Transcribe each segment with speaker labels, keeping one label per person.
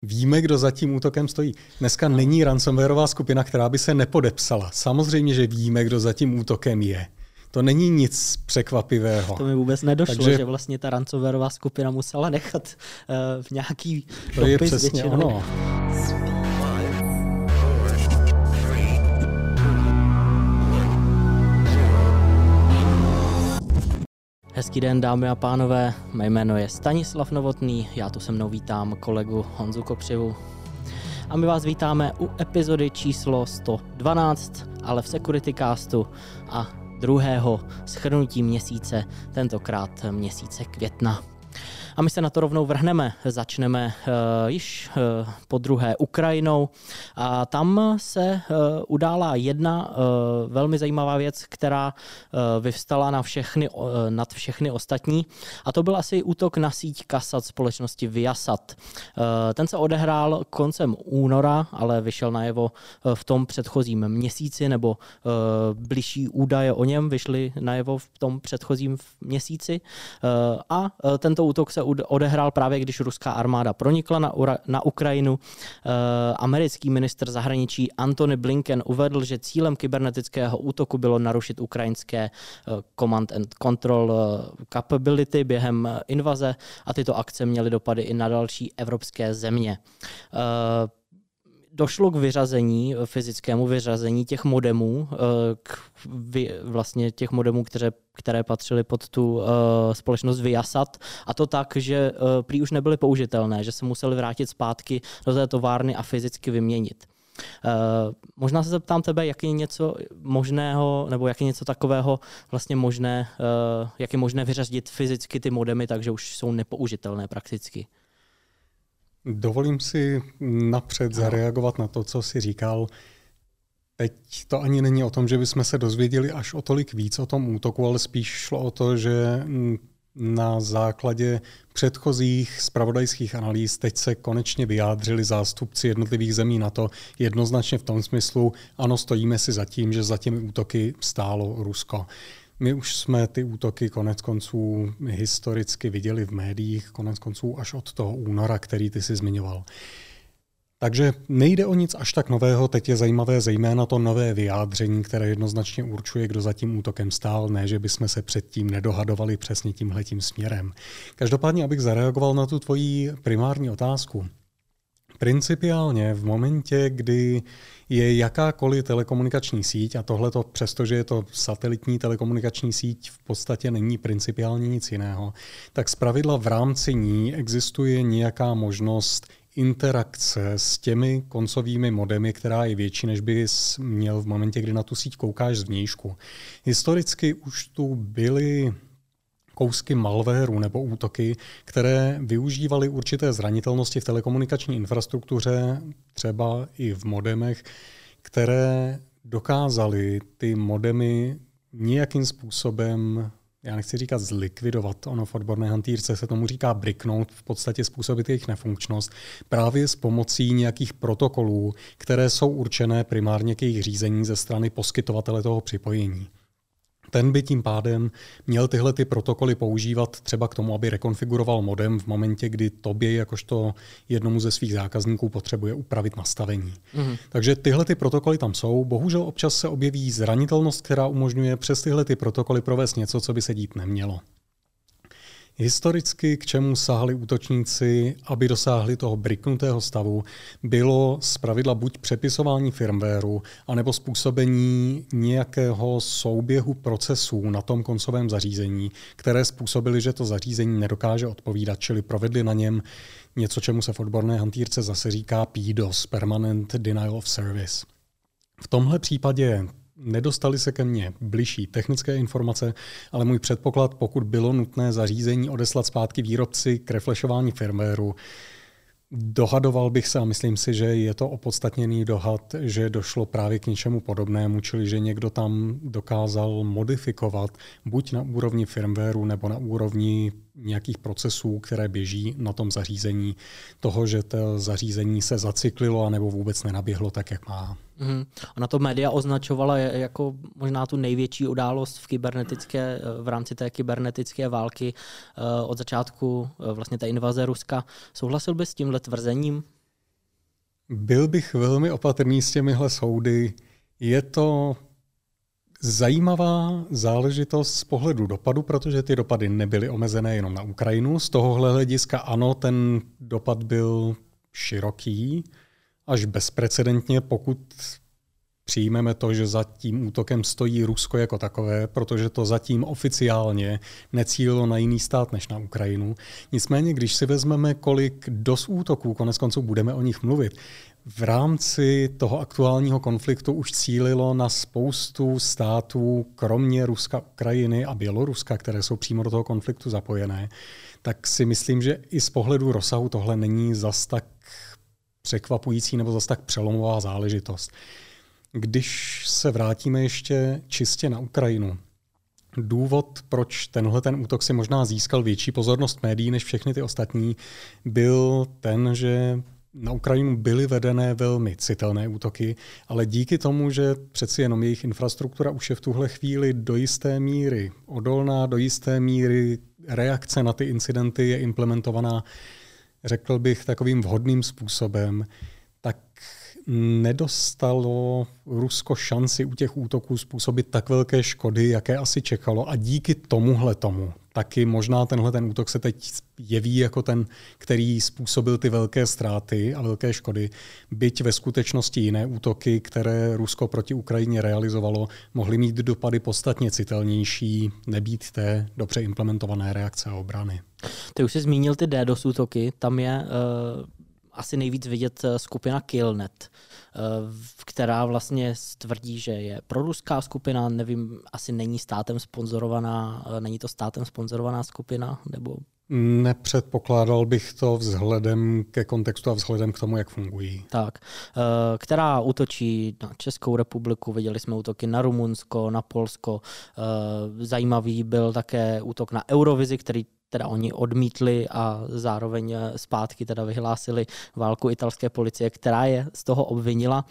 Speaker 1: Víme, kdo za tím útokem stojí. Dneska není ransomwareová skupina, která by se nepodepsala. Samozřejmě, že víme, kdo za tím útokem je. To není nic překvapivého.
Speaker 2: To mi vůbec nedošlo, že vlastně ta ransomwareová skupina musela nechat v nějaký
Speaker 1: to je přesně ono.
Speaker 2: Hezký den, dámy a pánové, mé jméno je Stanislav Novotný, já tu se mnou vítám kolegu Honzu Kopřivu. A my vás vítáme u epizody číslo 112, ale v Securitycastu a druhého shrnutí měsíce, tentokrát měsíce května. A my se na to rovnou vrhneme. Začneme již po druhé Ukrajinou. A tam se udála jedna velmi zajímavá věc, která vyvstala nad všechny ostatní. A to byl asi útok na síť Kasat společnosti Viasat. Ten se odehrál koncem února, ale vyšel najevo v tom předchozím měsíci, nebo bližší údaje o něm vyšly najevo v tom předchozím měsíci. A tento útok se odehrál právě, když ruská armáda pronikla na Ukrajinu. Americký ministr zahraničí Antony Blinken uvedl, že cílem kybernetického útoku bylo narušit ukrajinské command and control capability během invaze a tyto akce měly dopady i na další evropské země. Došlo k fyzickému vyřazení těch modemů, vlastně těch modemů, které patřily pod tu společnost Viasat, a to tak, že prý už nebyly použitelné, že se museli vrátit zpátky do té továrny a fyzicky vyměnit. Možná se zeptám tebe, jak je něco možného, nebo jak je něco takového vlastně možné, jak je možné vyřadit fyzicky ty modemy, takže už jsou nepoužitelné prakticky.
Speaker 1: Dovolím si napřed zareagovat na to, co jsi říkal. Teď to ani není o tom, že bychom se dozvěděli až o tolik víc o tom útoku, ale spíš šlo o to, že na základě předchozích zpravodajských analýz teď se konečně vyjádřili zástupci jednotlivých zemí NATO jednoznačně v tom smyslu, ano, stojíme si za tím, že za těmi útoky stálo Rusko. My už jsme ty útoky konec konců historicky viděli v médiích, konec konců až od toho února, který ty jsi zmiňoval. Takže nejde o nic až tak nového, teď je zajímavé zejména to nové vyjádření, které jednoznačně určuje, kdo za tím útokem stál, ne, že bychom se předtím nedohadovali přesně tímhletím směrem. Každopádně, abych zareagoval na tu tvoji primární otázku. Principiálně v momentě, kdy je jakákoliv telekomunikační síť, a tohleto přestože je to satelitní telekomunikační síť, v podstatě není principiálně nic jiného, tak zpravidla v rámci ní existuje nějaká možnost interakce s těmi koncovými modemy, která je větší, než bys měl v momentě, kdy na tu síť koukáš zvnějšku. Historicky už tu byly kousky malwareu nebo útoky, které využívaly určité zranitelnosti v telekomunikační infrastruktuře, třeba i v modemech, které dokázaly ty modemy nějakým způsobem, já nechci říkat zlikvidovat, ono v odborné hantýrce se tomu říká bricknout, v podstatě způsobit jejich nefunkčnost, právě s pomocí nějakých protokolů, které jsou určené primárně k jejich řízení ze strany poskytovatele toho připojení. Ten by tím pádem měl tyhle ty protokoly používat třeba k tomu, aby rekonfiguroval modem v momentě, kdy tobě jakožto jednomu ze svých zákazníků potřebuje upravit nastavení. Takže tyhle ty protokoly tam jsou. Bohužel občas se objeví zranitelnost, která umožňuje přes tyhle ty protokoly provést něco, co by se dít nemělo. Historicky, k čemu sahali útočníci, aby dosáhli toho bricknutého stavu, bylo zpravidla buď přepisování firmwareu, anebo způsobení nějakého souběhu procesů na tom koncovém zařízení, které způsobily, že to zařízení nedokáže odpovídat, čili provedli na něm něco, čemu se v odborné hantýrce zase říká PDoS, Permanent Denial of Service. V tomhle případě nedostali se ke mně bližší technické informace, ale můj předpoklad, pokud bylo nutné zařízení odeslat zpátky výrobci k reflešování firmwareu, dohadoval bych se a myslím si, že je to opodstatněný dohad, že došlo právě k něčemu podobnému, čili že někdo tam dokázal modifikovat buď na úrovni firmwareu nebo na úrovni nějakých procesů, které běží na tom zařízení, toho, že to zařízení se zacyklilo anebo vůbec nenaběhlo tak, jak má.
Speaker 2: Ona to média označovala jako možná tu největší událost v rámci té kybernetické války od začátku vlastně té invaze Ruska. Souhlasil bys s tímhle tvrzením?
Speaker 1: Byl bych velmi opatrný s těmihle soudy. Je to zajímavá záležitost z pohledu dopadu, protože ty dopady nebyly omezené jenom na Ukrajinu. Z tohohle hlediska ano, ten dopad byl široký, až bezprecedentně, pokud přijmeme to, že za tím útokem stojí Rusko jako takové, protože to zatím oficiálně necílilo na jiný stát než na Ukrajinu. Nicméně, když si vezmeme, kolik dost útoků, koneckonců budeme o nich mluvit, v rámci toho aktuálního konfliktu už cílilo na spoustu států, kromě Ruska, Ukrajiny a Běloruska, které jsou přímo do toho konfliktu zapojené, tak si myslím, že i z pohledu rozsahu tohle není zas tak překvapující nebo zas tak přelomová záležitost. Když se vrátíme ještě čistě na Ukrajinu, důvod, proč tenhle ten útok si možná získal větší pozornost médií než všechny ty ostatní, byl ten, že na Ukrajinu byly vedené velmi citelné útoky, ale díky tomu, že přeci jenom jejich infrastruktura už je v tuhle chvíli do jisté míry odolná, do jisté míry reakce na ty incidenty je implementovaná, řekl bych, takovým vhodným způsobem, tak nedostalo Rusko šanci u těch útoků způsobit tak velké škody, jaké asi čekalo. A díky tomuhle tomu taky možná tenhle ten útok se teď jeví jako ten, který způsobil ty velké ztráty a velké škody, byť ve skutečnosti jiné útoky, které Rusko proti Ukrajině realizovalo, mohly mít dopady podstatně citelnější, nebýt té dobře implementované reakce a obrany.
Speaker 2: Ty už jsi zmínil ty DDoS útoky, tam je asi nejvíc vidět skupina Killnet, která vlastně tvrdí, že je proruská skupina, nevím, asi není to státem sponzorovaná skupina, nebo...
Speaker 1: Nepředpokládal bych to vzhledem ke kontextu a vzhledem k tomu, jak fungují.
Speaker 2: Tak, která útočí na Českou republiku, viděli jsme útoky na Rumunsko, na Polsko, zajímavý byl také útok na Eurovizi, který teda oni odmítli a zároveň zpátky teda vyhlásili válku italské policie, která je z toho obvinila.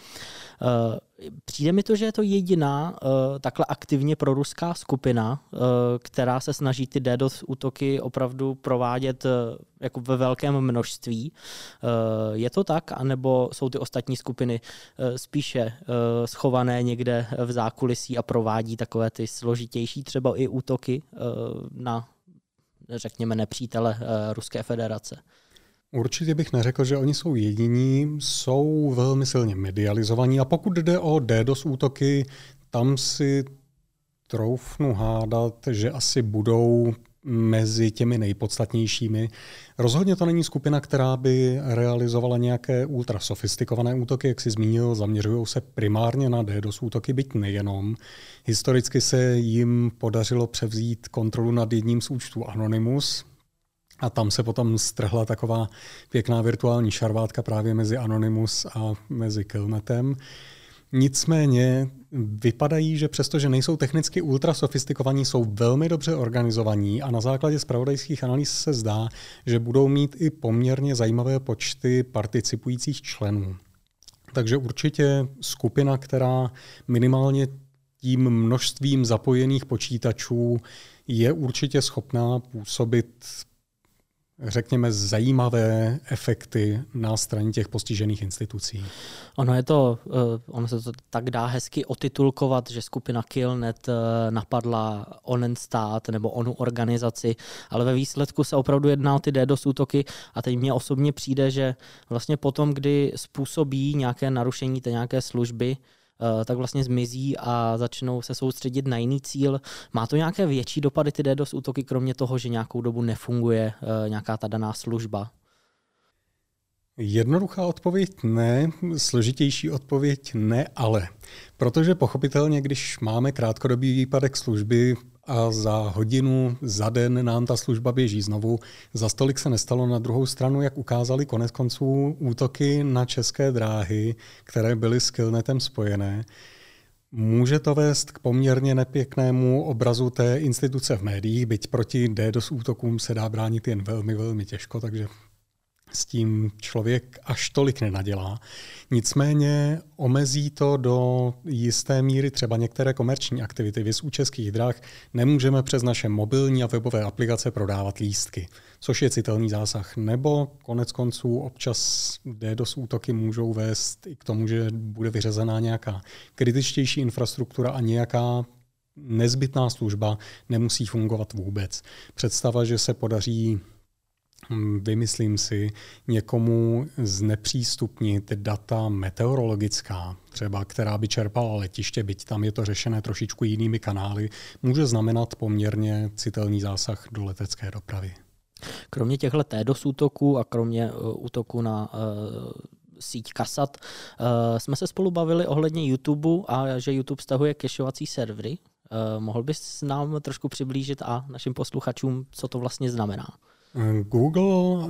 Speaker 2: Přijde mi to, že je to jediná takhle aktivně proruská skupina, která se snaží ty DDoS útoky opravdu provádět jako ve velkém množství. Je to tak, anebo jsou ty ostatní skupiny spíše schované někde v zákulisí a provádí takové ty složitější třeba i útoky na, řekněme, nepřítele Ruské federace?
Speaker 1: Určitě bych neřekl, že oni jsou jediní, jsou velmi silně medializovaní a pokud jde o DDoS útoky, tam si troufnu hádat, že asi budou mezi těmi nejpodstatnějšími. Rozhodně to není skupina, která by realizovala nějaké ultra sofistikované útoky, jak si zmínil, zaměřují se primárně na DDoS útoky, byť nejenom. Historicky se jim podařilo převzít kontrolu nad jedním z účtů Anonymous a tam se potom strhla taková pěkná virtuální šarvátka právě mezi Anonymous a mezi Killnetem. Nicméně vypadají, že přestože nejsou technicky ultra sofistikovaní, jsou velmi dobře organizovaní a na základě zpravodajských analýz se zdá, že budou mít i poměrně zajímavé počty participujících členů. Takže určitě skupina, která minimálně tím množstvím zapojených počítačů je určitě schopná působit, řekněme, zajímavé efekty na straně těch postižených institucí.
Speaker 2: Ono se to tak dá hezky otitulkovat, že skupina Killnet napadla onen stát nebo onu organizaci, ale ve výsledku se opravdu jedná o ty DDoS útoky a teď mně osobně přijde, že vlastně potom, kdy způsobí nějaké narušení té nějaké služby, tak vlastně zmizí a začnou se soustředit na jiný cíl. Má to nějaké větší dopady ty DDoS útoky, kromě toho, že nějakou dobu nefunguje nějaká ta daná služba?
Speaker 1: Jednoduchá odpověď ne, složitější odpověď ne, ale. Protože pochopitelně, když máme krátkodobý výpadek služby a za hodinu, za den nám ta služba běží znovu, za stolik se nestalo. Na druhou stranu, jak ukázali konec konců útoky na České dráhy, které byly s Killnetem spojené, může to vést k poměrně nepěknému obrazu té instituce v médiích, byť proti DDoS útokům se dá bránit jen velmi, velmi těžko, takže s tím člověk až tolik nenadělá. Nicméně omezí to do jisté míry třeba některé komerční aktivity. Vys u Českých drah nemůžeme přes naše mobilní a webové aplikace prodávat lístky, což je citelný zásah. Nebo konec konců občas DDoS útoky můžou vést i k tomu, že bude vyřazená nějaká kritičtější infrastruktura a nějaká nezbytná služba nemusí fungovat vůbec. Představa, že se podaří, vymyslím si, někomu znepřístupnit data meteorologická, třeba která by čerpala letiště, byť tam je to řešené trošičku jinými kanály, může znamenat poměrně citelný zásah do letecké dopravy.
Speaker 2: Kromě těchto DDoS útoků a kromě útoku na síť Kasat jsme se spolu bavili ohledně YouTube a že YouTube stahuje cacheovací servery. Mohl bys nám trošku přiblížit a našim posluchačům, co to vlastně znamená?
Speaker 1: Google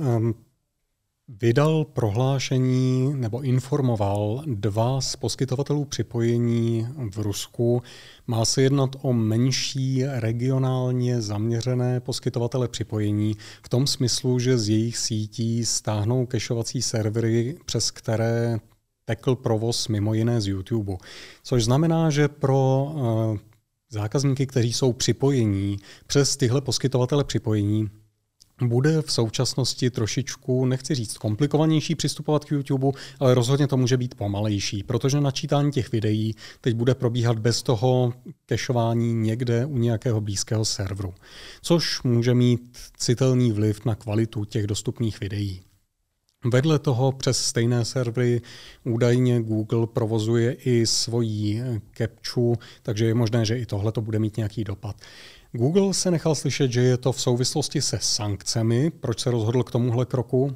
Speaker 1: vydal prohlášení nebo informoval 2 z poskytovatelů připojení v Rusku. Má se jednat o menší regionálně zaměřené poskytovatele připojení v tom smyslu, že z jejich sítí stáhnou cacheovací servery, přes které tekl provoz mimo jiné z YouTube. Což znamená, že pro zákazníky, kteří jsou připojení přes tyhle poskytovatele připojení, bude v současnosti trošičku, nechci říct komplikovanější přistupovat k YouTube, ale rozhodně to může být pomalejší, protože načítání těch videí teď bude probíhat bez toho cacheování někde u nějakého blízkého serveru, což může mít citelný vliv na kvalitu těch dostupných videí. Vedle toho přes stejné servery údajně Google provozuje i svoji captchu, takže je možné, že i tohle to bude mít nějaký dopad. Google se nechal slyšet, že je to v souvislosti se sankcemi, proč se rozhodl k tomuhle kroku.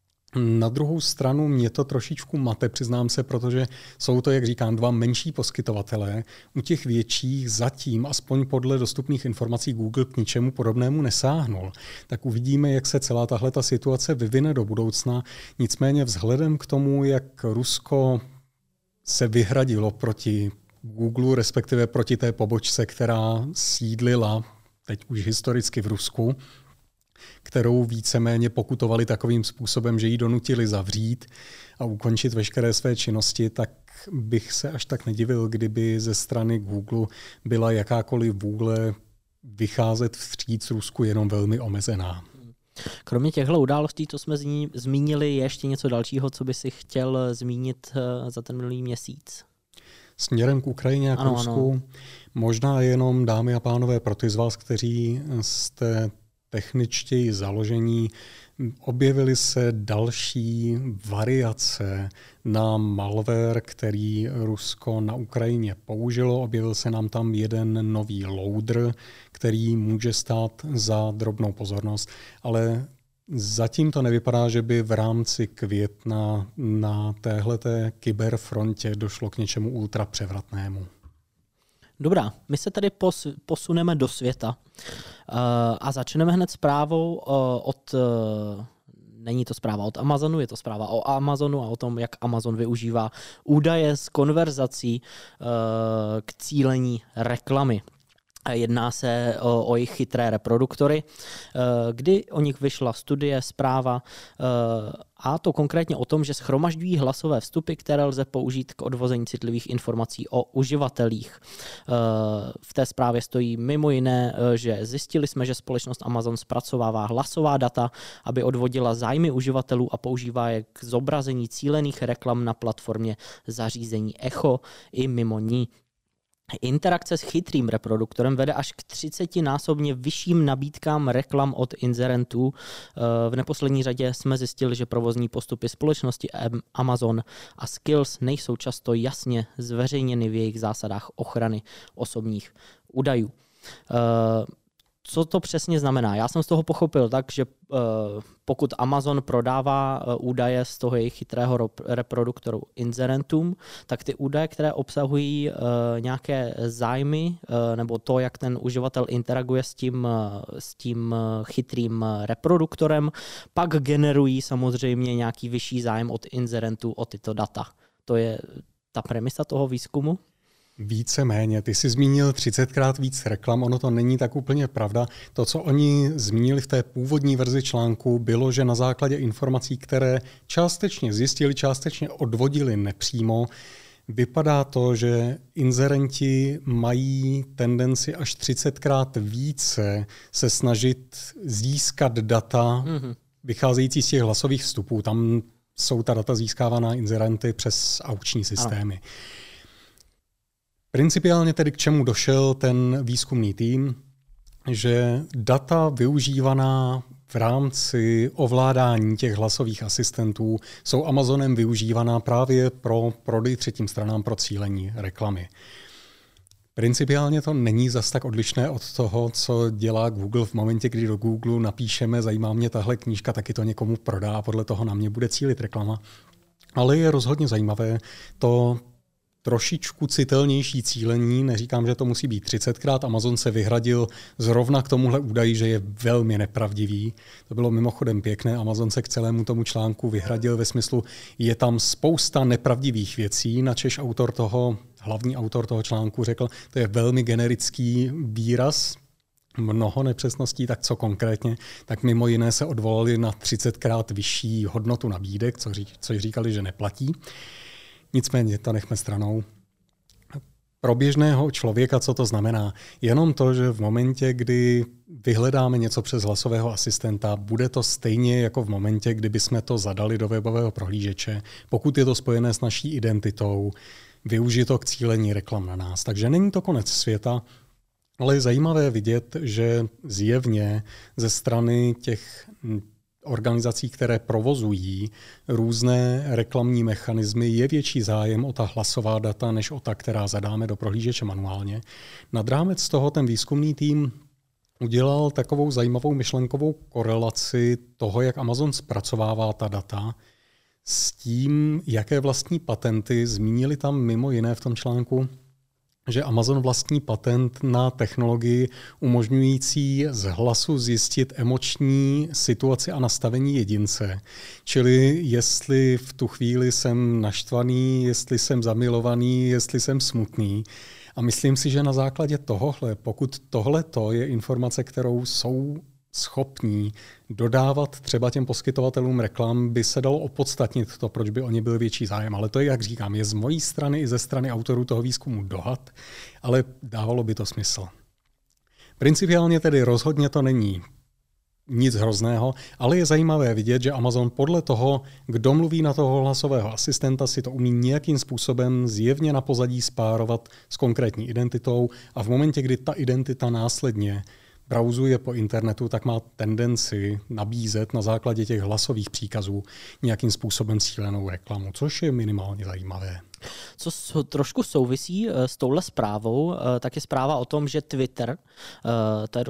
Speaker 1: Na druhou stranu mě to trošičku mate, přiznám se, protože jsou to, jak říkám, 2 menší poskytovatelé. U těch větších zatím, aspoň podle dostupných informací, Google k ničemu podobnému nesáhnul. Tak uvidíme, jak se celá tahleta situace vyvine do budoucna. Nicméně vzhledem k tomu, jak Rusko se vyhradilo proti Google, respektive proti té pobočce, která sídlila teď už historicky v Rusku, kterou víceméně pokutovali takovým způsobem, že ji donutili zavřít a ukončit veškeré své činnosti, tak bych se až tak nedivil, kdyby ze strany Google byla jakákoliv vůle vycházet vstříc Rusku jenom velmi omezená.
Speaker 2: Kromě těchto událostí, co jsme zmínili, je ještě něco dalšího, co by si chtěl zmínit za ten minulý měsíc?
Speaker 1: Směrem k Ukrajině a k Rusku. Ano. Možná jenom, dámy a pánové, pro ty z vás, kteří jste techničtěji založení, objevily se další variace na malware, který Rusko na Ukrajině použilo. Objevil se nám tam jeden nový loader, který může stát za drobnou pozornost, ale zatím to nevypadá, že by v rámci května na téhleté kyberfrontě došlo k něčemu ultra převratnému.
Speaker 2: Dobrá, my se tady posuneme do světa a začneme hned zprávou od... Není to zpráva od Amazonu, je to zpráva o Amazonu a o tom, jak Amazon využívá údaje z konverzací k cílení reklamy. Jedná se o jejich chytré reproduktory, kdy o nich vyšla studie, zpráva, a to konkrétně o tom, že shromažďují hlasové vstupy, které lze použít k odvození citlivých informací o uživatelích. V té zprávě stojí mimo jiné, že zjistili jsme, že společnost Amazon zpracovává hlasová data, aby odvodila zájmy uživatelů a používá je k zobrazení cílených reklam na platformě zařízení Echo i mimo ní. Interakce s chytrým reproduktorem vede až k 30násobně vyšším nabídkám reklam od inzerentů. V neposlední řadě jsme zjistili, že provozní postupy společnosti Amazon a Skills nejsou často jasně zveřejněny v jejich zásadách ochrany osobních údajů. Co to přesně znamená? Já jsem z toho pochopil tak, že pokud Amazon prodává údaje z toho jejich chytrého reproduktoru inzerentům, tak ty údaje, které obsahují nějaké zájmy nebo to, jak ten uživatel interaguje s tím chytrým reproduktorem, pak generují samozřejmě nějaký vyšší zájem od inzerentů o tyto data. To je ta premisa toho výzkumu?
Speaker 1: Víceméně. Ty jsi zmínil 30krát víc reklam, ono to není tak úplně pravda. To, co oni zmínili v té původní verzi článku, bylo, že na základě informací, které částečně zjistili, částečně odvodili nepřímo, vypadá to, že inzerenti mají tendenci až 30krát více se snažit získat data vycházející z těch hlasových vstupů. Tam jsou ta data získávaná inzerenty přes aukční systémy. Ano. Principiálně tedy k čemu došel ten výzkumný tým, že data využívaná v rámci ovládání těch hlasových asistentů jsou Amazonem využívaná právě pro prodej třetím stranám, pro cílení reklamy. Principiálně to není zas tak odlišné od toho, co dělá Google v momentě, kdy do Google napíšeme zajímá mě tahle knížka, taky to někomu prodá a podle toho na mě bude cílit reklama. Ale je rozhodně zajímavé to trošičku citelnější cílení, neříkám, že to musí být 30krát, Amazon se vyhradil zrovna k tomuhle údaji, že je velmi nepravdivý. To bylo mimochodem pěkné, Amazon se k celému tomu článku vyhradil ve smyslu, je tam spousta nepravdivých věcí, načež hlavní autor toho článku řekl, to je velmi generický výraz, mnoho nepřesností, tak co konkrétně, tak mimo jiné se odvolali na 30krát vyšší hodnotu nabídek, což říkali, že neplatí. Nicméně to nechme stranou. Pro běžného člověka, co to znamená? Jenom to, že v momentě, kdy vyhledáme něco přes hlasového asistenta, bude to stejně jako v momentě, kdyby jsme to zadali do webového prohlížeče, pokud je to spojené s naší identitou, využito k cílení reklam na nás. Takže není to konec světa, ale je zajímavé vidět, že zjevně ze strany těch organizací, které provozují různé reklamní mechanismy, je větší zájem o ta hlasová data, než o ta, která zadáme do prohlížeče manuálně. Nad rámec toho ten výzkumný tým udělal takovou zajímavou myšlenkovou korelaci toho, jak Amazon zpracovává ta data, s tím, jaké vlastní patenty zmínili tam mimo jiné v tom článku, že Amazon vlastní patent na technologii umožňující z hlasu zjistit emoční situaci a nastavení jedince. Čili jestli v tu chvíli jsem naštvaný, jestli jsem zamilovaný, jestli jsem smutný. A myslím si, že na základě tohohle, pokud tohleto je informace, kterou jsou schopní dodávat třeba těm poskytovatelům reklam, by se dalo opodstatnit to, proč by oni byli větší zájem. Ale to je, jak říkám, je z mojí strany i ze strany autorů toho výzkumu dohad, ale dávalo by to smysl. Principiálně tedy rozhodně to není nic hrozného, ale je zajímavé vidět, že Amazon podle toho, kdo mluví na toho hlasového asistenta, si to umí nějakým způsobem zjevně na pozadí spárovat s konkrétní identitou a v momentě, kdy ta identita následně brauzuje po internetu, tak má tendenci nabízet na základě těch hlasových příkazů nějakým způsobem cílenou reklamu, což je minimálně zajímavé.
Speaker 2: Co trošku souvisí s touhle zprávou, tak je zpráva o tom, že Twitter, to je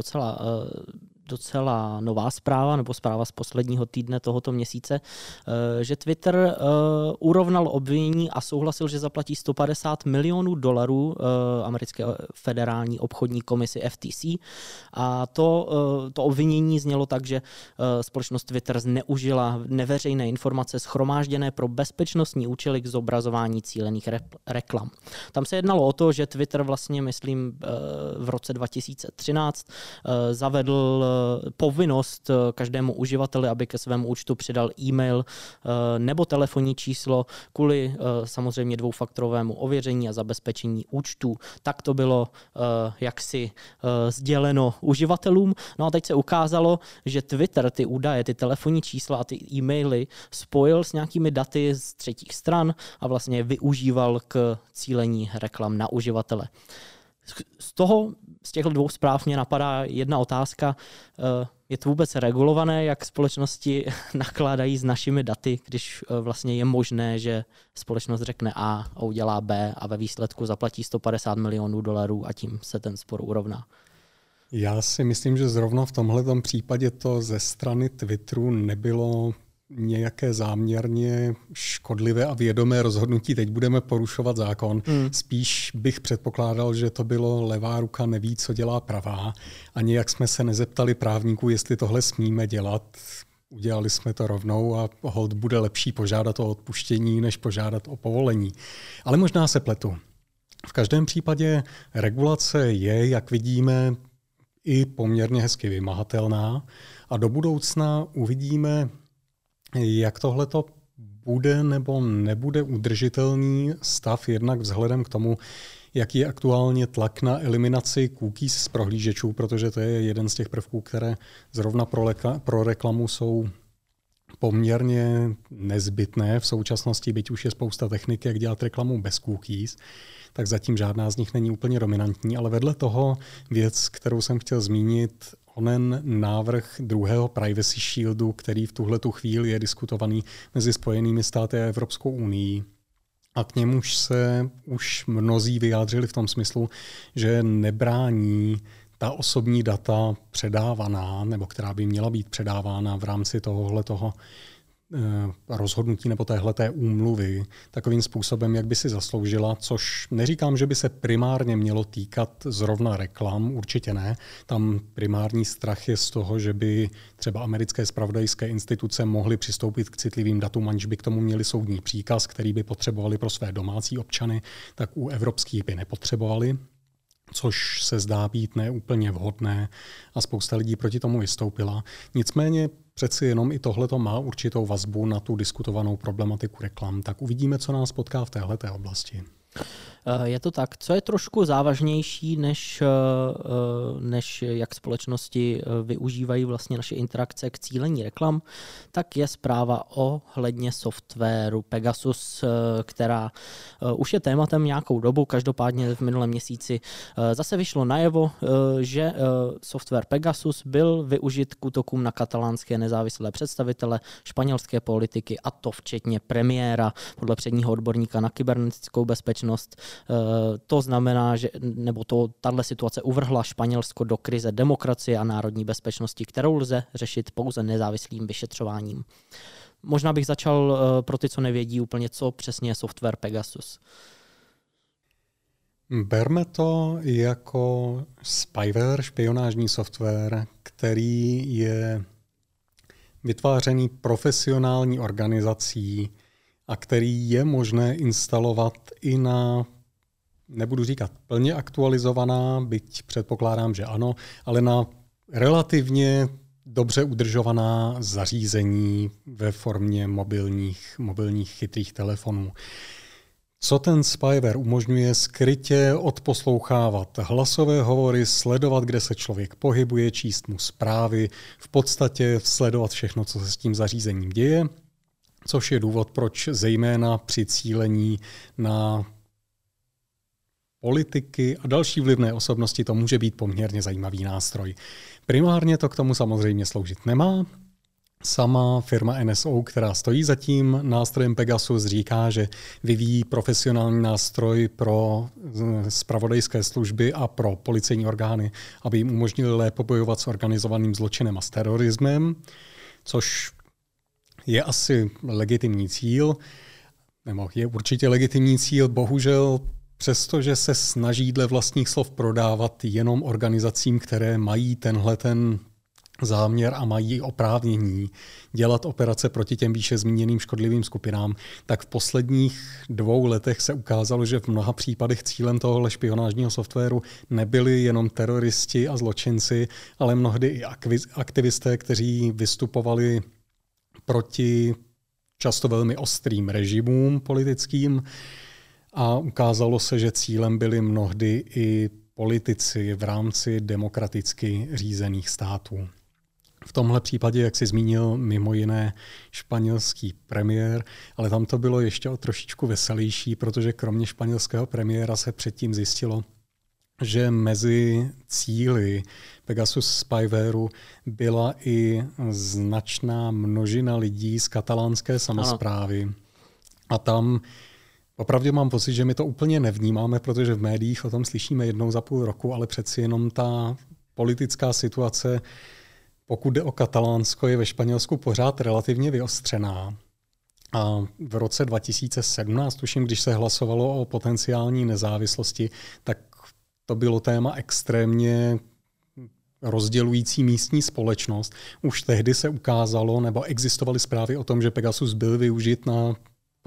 Speaker 2: docela nová zpráva, nebo zpráva z posledního týdne tohoto měsíce, že Twitter urovnal obvinění a souhlasil, že zaplatí $150 milionů americké federální obchodní komisi FTC. A to obvinění znělo tak, že společnost Twitter zneužila neveřejné informace shromážděné pro bezpečnostní účely k zobrazování cílených reklam. Tam se jednalo o to, že Twitter vlastně, myslím, v roce 2013 zavedl povinnost každému uživateli, aby ke svému účtu přidal e-mail nebo telefonní číslo kvůli samozřejmě dvoufaktorovému ověření a zabezpečení účtů. Tak to bylo jaksi sděleno uživatelům. No a teď se ukázalo, že Twitter ty údaje, ty telefonní čísla a ty e-maily spojil s nějakými daty z třetích stran a vlastně využíval k cílení reklam na uživatele. Z těchto dvou zpráv mě napadá jedna otázka. Je to vůbec regulované, jak společnosti nakládají s našimi daty, když vlastně je možné, že společnost řekne A a udělá B a ve výsledku zaplatí $150 milionů a tím se ten spor urovná?
Speaker 1: Já si myslím, že zrovna v tomhletom případě to ze strany Twitteru nebylo nějaké záměrně škodlivé a vědomé rozhodnutí, teď budeme porušovat zákon. Spíš bych předpokládal, že to bylo levá ruka neví, co dělá pravá a nějak jsme se nezeptali právníků, jestli tohle smíme dělat. Udělali jsme to rovnou a holt bude lepší požádat o odpuštění, než požádat o povolení. Ale možná se pletu. V každém případě regulace je, jak vidíme, i poměrně hezky vymahatelná a do budoucna uvidíme, jak tohleto bude nebo nebude udržitelný stav, jednak vzhledem k tomu, jaký je aktuálně tlak na eliminaci cookies z prohlížečů, protože to je jeden z těch prvků, které zrovna pro reklamu jsou poměrně nezbytné v současnosti, byť už je spousta technik, jak dělat reklamu bez cookies, tak zatím žádná z nich není úplně dominantní, ale vedle toho věc, kterou jsem chtěl zmínit, onen návrh druhého Privacy Shieldu, který v tuhletu chvíli je diskutovaný mezi Spojenými státy a Evropskou unií. A k němuž se už mnozí vyjádřili v tom smyslu, že nebrání ta osobní data předávaná, nebo která by měla být předávána v rámci tohoto rozhodnutí nebo téhleté úmluvy takovým způsobem, jak by si zasloužila, což neříkám, že by se primárně mělo týkat zrovna reklam, určitě ne. Tam primární strach je z toho, že by třeba americké zpravodajské instituce mohly přistoupit k citlivým datům, aniž by k tomu měli soudní příkaz, který by potřebovali pro své domácí občany, tak u evropských by nepotřebovali, což se zdá být neúplně vhodné a spousta lidí proti tomu vystoupila. Nicméně přeci jenom i tohleto má určitou vazbu na tu diskutovanou problematiku reklam. Tak uvidíme, co nás potká v téhleté oblasti.
Speaker 2: Je to tak. Co je trošku závažnější, než jak společnosti využívají vlastně naše interakce k cílení reklam, tak je zpráva ohledně softwaru Pegasus, která už je tématem nějakou dobu. Každopádně v minulém měsíci zase vyšlo najevo, že software Pegasus byl využit k útokům na katalánské nezávislé představitele, španělské politiky, a to včetně premiéra, podle předního odborníka na kybernetickou bezpečnost. To znamená, že tahle situace uvrhla Španělsko do krize demokracie a národní bezpečnosti, kterou lze řešit pouze nezávislým vyšetřováním. Možná bych začal pro ty, co nevědí úplně, co přesně je software Pegasus.
Speaker 1: Berme to jako spyware, špionážní software, který je vytvářený profesionální organizací a který je možné instalovat i na, nebudu říkat plně aktualizovaná, byť předpokládám, že ano, ale na relativně dobře udržovaná zařízení ve formě mobilních chytrých telefonů. Co ten spyware umožňuje? Skrytě odposlouchávat hlasové hovory, sledovat, kde se člověk pohybuje, číst mu zprávy, v podstatě sledovat všechno, co se s tím zařízením děje, což je důvod, proč zejména při cílení na politiky a další vlivné osobnosti to může být poměrně zajímavý nástroj. Primárně to k tomu samozřejmě sloužit nemá. Sama firma NSO, která stojí za tím nástrojem Pegasus, říká, že vyvíjí profesionální nástroj pro zpravodajské služby a pro policejní orgány, aby jim umožnili lépe bojovat s organizovaným zločinem a s terorismem, což je asi legitimní cíl, nebo je určitě legitimní cíl, bohužel přestože se snaží dle vlastních slov prodávat jenom organizacím, které mají ten záměr a mají oprávnění dělat operace proti těm výše zmíněným škodlivým skupinám, tak v posledních 2 letech se ukázalo, že v mnoha případech cílem tohohle špionážního softwaru nebyli jenom teroristi a zločinci, ale mnohdy i aktivisté, kteří vystupovali proti často velmi ostrým režimům politickým, a ukázalo se, že cílem byli mnohdy i politici v rámci demokraticky řízených států. V tomhle případě, jak jsi zmínil, mimo jiné španělský premiér, ale tam to bylo ještě o trošičku veselější, protože kromě španělského premiéra se předtím zjistilo, že mezi cíli Pegasus spywareu byla i značná množina lidí z katalánské samosprávy. A tam opravdu mám pocit, že my to úplně nevnímáme, protože v médiích o tom slyšíme jednou za půl roku, ale přeci jenom ta politická situace, pokud jde o Katalánsko, je ve Španělsku pořád relativně vyostřená. A v roce 2017, tuším, když se hlasovalo o potenciální nezávislosti, tak to bylo téma extrémně rozdělující místní společnost. Už tehdy se ukázalo, nebo existovaly zprávy o tom, že Pegasus byl využit na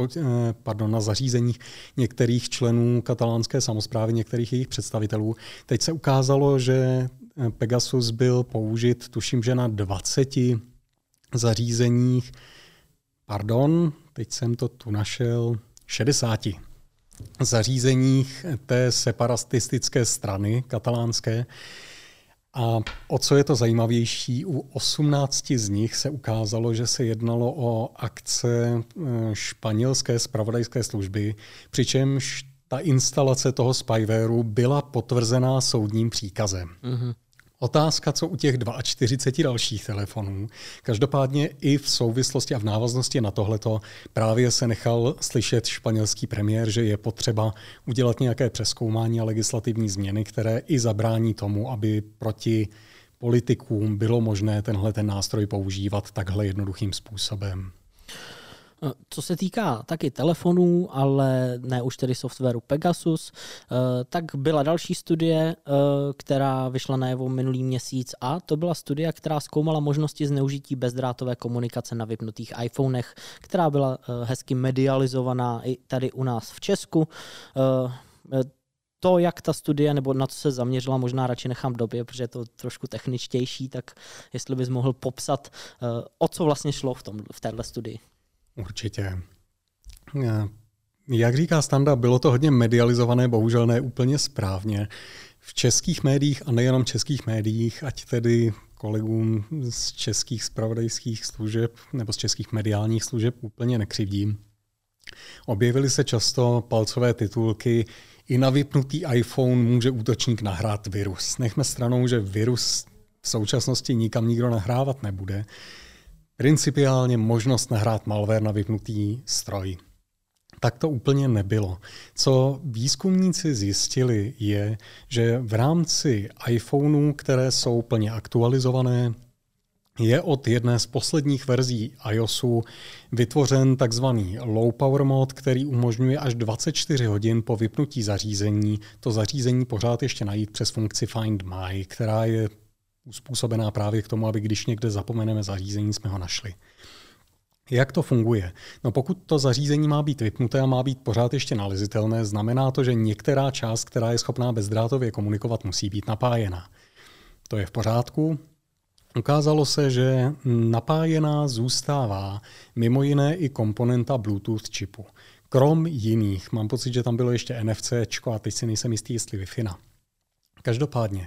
Speaker 1: na zařízeních některých členů katalánské samosprávy, některých jejich představitelů. Teď se ukázalo, že Pegasus byl použit, tuším, že na 20 zařízeních, teď jsem to tu našel, 60 zařízeních té separatistické strany katalánské. A o co je to zajímavější, u 18 z nich se ukázalo, že se jednalo o akce španělské zpravodajské služby, přičemž ta instalace toho spywareu byla potvrzená soudním příkazem. Mm-hmm. Otázka, co u těch 42 dalších telefonů. Každopádně i v souvislosti a v návaznosti na tohleto právě se nechal slyšet španělský premiér, že je potřeba udělat nějaké přezkoumání a legislativní změny, které i zabrání tomu, aby proti politikům bylo možné ten nástroj používat takhle jednoduchým způsobem.
Speaker 2: Co se týká taky telefonů, ale ne už tedy softwaru Pegasus, tak byla další studie, která vyšla najevo minulý měsíc a to byla studie, která zkoumala možnosti zneužití bezdrátové komunikace na vypnutých iPhonech, která byla hezky medializovaná i tady u nás v Česku. To, jak ta studie, nebo na co se zaměřila, možná radši nechám době, protože je to trošku techničtější, tak jestli bys mohl popsat, o co vlastně šlo v této studii.
Speaker 1: Určitě. Jak říká Standa, bylo to hodně medializované, bohužel ne úplně správně. V českých médiích a nejenom českých médiích, ať tedy kolegům z českých zpravodajských služeb nebo z českých mediálních služeb úplně nekřivdím. Objevily se často palcové titulky i na vypnutý iPhone může útočník nahrát virus. Nechme stranou, že virus v současnosti nikam nikdo nahrávat nebude. Principiálně možnost nahrát malware na vypnutý stroj. Tak to úplně nebylo. Co výzkumníci zjistili je, že v rámci iPhoneů, které jsou plně aktualizované, je od jedné z posledních verzí iOSu vytvořen takzvaný low power mode, který umožňuje až 24 hodin po vypnutí zařízení to zařízení pořád ještě najít přes funkci Find My, která je uspůsobená právě k tomu, aby když někde zapomeneme zařízení, jsme ho našli. Jak to funguje? No pokud to zařízení má být vypnuté a má být pořád ještě nalezitelné, znamená to, že některá část, která je schopná bezdrátově komunikovat, musí být napájená. To je v pořádku. Ukázalo se, že napájená zůstává mimo jiné i komponenta Bluetooth čipu. Krom jiných, mám pocit, že tam bylo ještě NFC a teď si nejsem jistý, jestli Wi-Fi. Každopádně,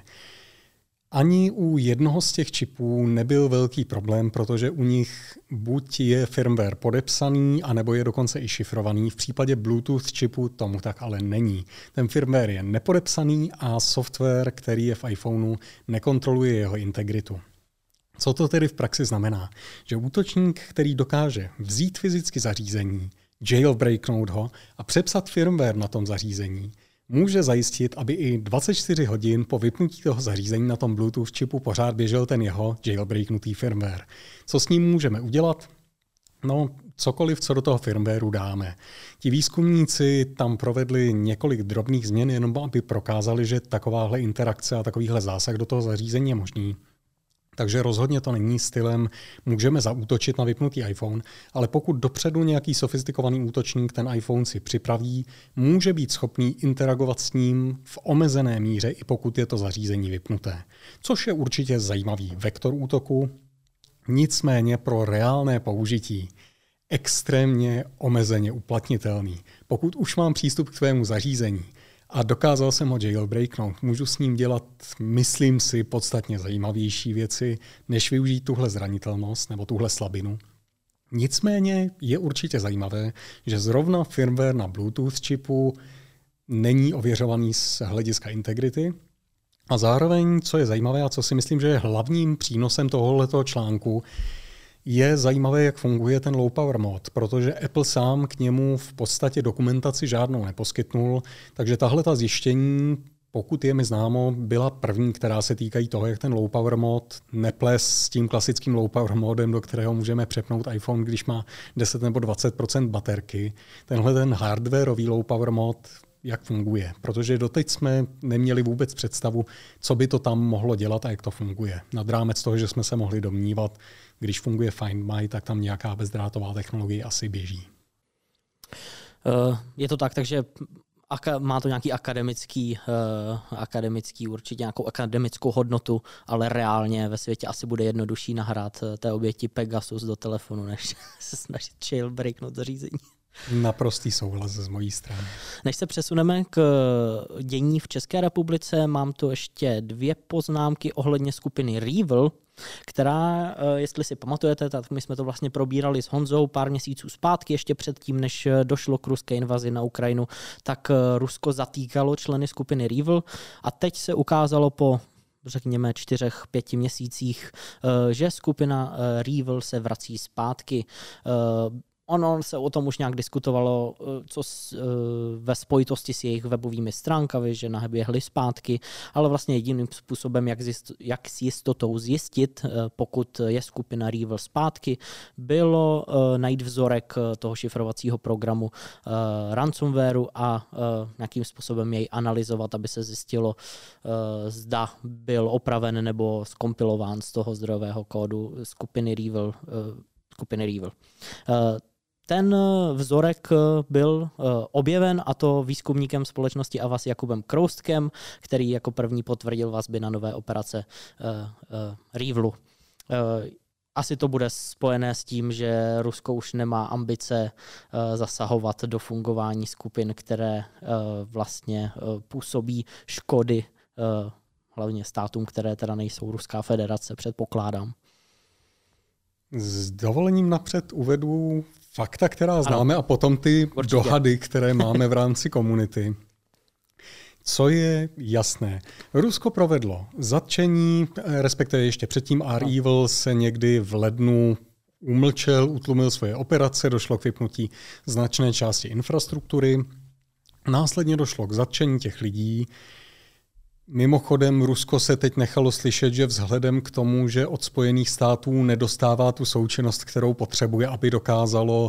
Speaker 1: ani u jednoho z těch čipů nebyl velký problém, protože u nich buď je firmware podepsaný, anebo je dokonce i šifrovaný. V případě Bluetooth čipu tomu tak ale není. Ten firmware je nepodepsaný a software, který je v iPhoneu, nekontroluje jeho integritu. Co to tedy v praxi znamená? Že útočník, který dokáže vzít fyzicky zařízení, jailbreaknout ho a přepsat firmware na tom zařízení, může zajistit, aby i 24 hodin po vypnutí toho zařízení na tom Bluetooth čipu pořád běžel ten jeho jailbreaknutý firmware. Co s ním můžeme udělat? No, cokoliv, co do toho firmwareu dáme. Ti výzkumníci tam provedli několik drobných změn, jenom aby prokázali, že takováhle interakce a takovýhle zásah do toho zařízení je možný. Takže rozhodně to není stylem, můžeme zaútočit na vypnutý iPhone, ale pokud dopředu nějaký sofistikovaný útočník ten iPhone si připraví, může být schopný interagovat s ním v omezené míře, i pokud je to zařízení vypnuté. Což je určitě zajímavý vektor útoku, nicméně pro reálné použití extrémně omezeně uplatnitelný. Pokud už mám přístup k tvému zařízení, a dokázal jsem ho jailbreaknout. Můžu s ním dělat, myslím si, podstatně zajímavější věci, než využít tuhle zranitelnost nebo tuhle slabinu. Nicméně je určitě zajímavé, že zrovna firmware na Bluetooth čipu není ověřovaný z hlediska integrity. A zároveň, co je zajímavé a co si myslím, že je hlavním přínosem tohoto článku, je zajímavé, jak funguje ten low power mode, protože Apple sám k němu v podstatě dokumentaci žádnou neposkytnul, takže tahle ta zjištění, pokud je mi známo, byla první, která se týkají toho, jak ten low power mode neples s tím klasickým low power modem, do kterého můžeme přepnout iPhone, když má 10 nebo 20% baterky. Tenhle ten hardwareový low power mode, jak funguje, protože doteď jsme neměli vůbec představu, co by to tam mohlo dělat a jak to funguje. Nad rámec toho, že jsme se mohli domnívat, když funguje Find My, tak tam nějaká bezdrátová technologie asi běží.
Speaker 2: Je to tak, takže má to nějaký akademický určitě nějakou akademickou hodnotu, ale reálně ve světě asi bude jednodušší nahrát té oběti Pegasus do telefonu, než se snažit jailbreaknout zařízení.
Speaker 1: Naprostý souhlas z mojí strany.
Speaker 2: Než se přesuneme k dění v České republice, mám tu ještě 2 poznámky ohledně skupiny REvil, která, jestli si pamatujete, tak my jsme to vlastně probírali s Honzou pár měsíců zpátky, ještě předtím, než došlo k ruské invazi na Ukrajinu, tak Rusko zatýkalo členy skupiny REvil a teď se ukázalo po řekněme 4-5 měsících, že skupina REvil se vrací zpátky. Ono se o tom už nějak diskutovalo ve spojitosti s jejich webovými stránkami, že naběhly zpátky, ale vlastně jediným způsobem, jak s jistotou zjistit, pokud je skupina REvil zpátky, bylo najít vzorek toho šifrovacího programu ransomwareu a nějakým způsobem jej analyzovat, aby se zjistilo, zda byl opraven nebo zkompilován z toho zdrojového kódu skupiny REvil. Ten vzorek byl objeven, a to výzkumníkem společnosti Avast Jakubem Kroustkem, který jako první potvrdil vazby na nové operace REvilu. Asi to bude spojené s tím, že Rusko už nemá ambice zasahovat do fungování skupin, které vlastně působí škody hlavně státům, které teda nejsou Ruská federace, předpokládám.
Speaker 1: S dovolením napřed uvedu fakta, která známe, a potom ty dohady, které máme v rámci komunity. Co je jasné? Rusko provedlo zatčení, respektive ještě předtím REvil se někdy v lednu utlumil svoje operace, došlo k vypnutí značné části infrastruktury. Následně došlo k zatčení těch lidí. Mimochodem, Rusko se teď nechalo slyšet, že vzhledem k tomu, že od Spojených států nedostává tu součinnost, kterou potřebuje, aby dokázalo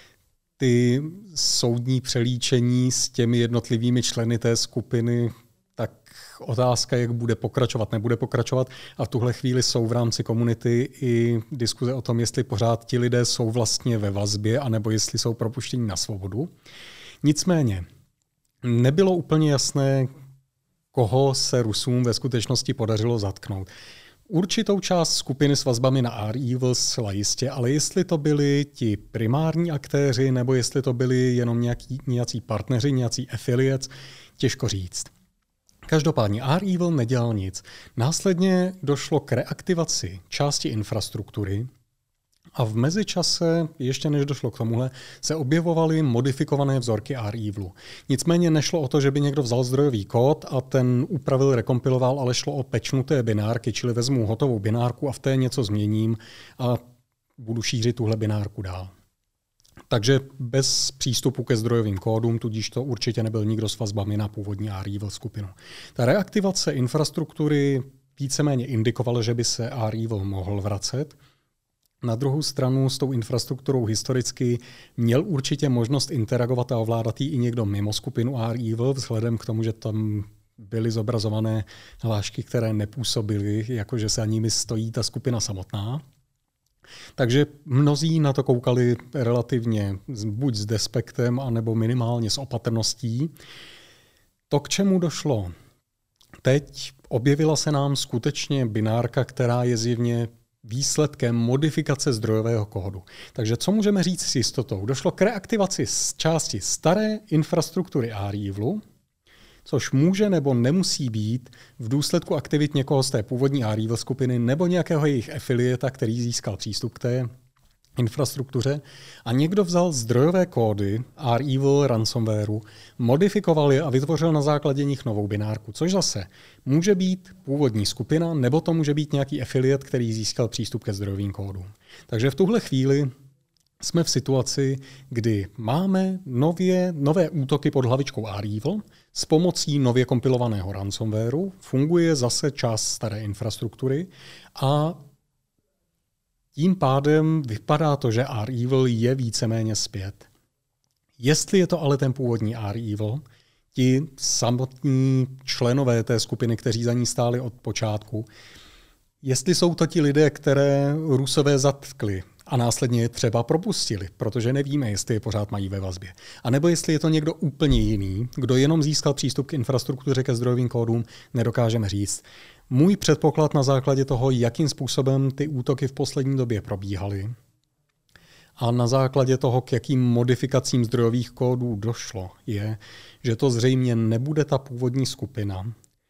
Speaker 1: ty soudní přelíčení s těmi jednotlivými členy té skupiny, tak otázka, jak bude pokračovat, nebude pokračovat. A v tuhle chvíli jsou v rámci komunity i diskuze o tom, jestli pořád ti lidé jsou vlastně ve vazbě, anebo jestli jsou propuštěni na svobodu. Nicméně, nebylo úplně jasné, koho se Rusům ve skutečnosti podařilo zatknout. Určitou část skupiny s vazbami na REvil zcela jistě, ale jestli to byli ti primární aktéři, nebo jestli to byli jenom nějací partneři, nějací affiliates, těžko říct. Každopádně REvil nedělal nic. Následně došlo k reaktivaci části infrastruktury a v mezičase, ještě než došlo k tomuhle, se objevovaly modifikované vzorky REvilu. Nicméně nešlo o to, že by někdo vzal zdrojový kód a ten upravil, rekompiloval, ale šlo o pečnuté binárky, čili vezmu hotovou binárku a v té něco změním a budu šířit tuhle binárku dál. Takže bez přístupu ke zdrojovým kódům, tudíž to určitě nebyl nikdo s vazbami na původní REvil skupinu. Ta reaktivace infrastruktury víceméně indikovala, že by se REvil mohl vracet. Na druhou stranu s tou infrastrukturou historicky měl určitě možnost interagovat a ovládat ji i někdo mimo skupinu REvil, vzhledem k tomu, že tam byly zobrazované hlášky, které nepůsobily, jakože se nimi stojí ta skupina samotná. Takže mnozí na to koukali relativně buď s despektem, anebo minimálně s opatrností. To, k čemu došlo teď, objevila se nám skutečně binárka, která je zjevně výsledkem modifikace zdrojového kódu. Takže co můžeme říct s jistotou? Došlo k reaktivaci z části staré infrastruktury REvilu, což může nebo nemusí být v důsledku aktivit někoho z té původní REvil skupiny nebo nějakého jejich afiliata, který získal přístup k té infrastruktuře, a někdo vzal zdrojové kódy REvil ransomwareu, modifikoval je a vytvořil na základě nich novou binárku, což zase může být původní skupina, nebo to může být nějaký affiliate, který získal přístup ke zdrojovým kódům. Takže v tuhle chvíli jsme v situaci, kdy máme nové útoky pod hlavičkou REvil s pomocí nově kompilovaného ransomwareu, funguje zase část staré infrastruktury a tím pádem vypadá to, že REvil je víceméně zpět. Jestli je to ale ten původní REvil, ti samotní členové té skupiny, kteří za ní stáli od počátku, jestli jsou to ti lidé, které Rusové zatkli a následně je třeba propustili, protože nevíme, jestli je pořád mají ve vazbě. A nebo jestli je to někdo úplně jiný, kdo jenom získal přístup k infrastruktuře, ke zdrojovým kódům, nedokážeme říct. Můj předpoklad na základě toho, jakým způsobem ty útoky v poslední době probíhaly a na základě toho, k jakým modifikacím zdrojových kódů došlo, je, že to zřejmě nebude ta původní skupina,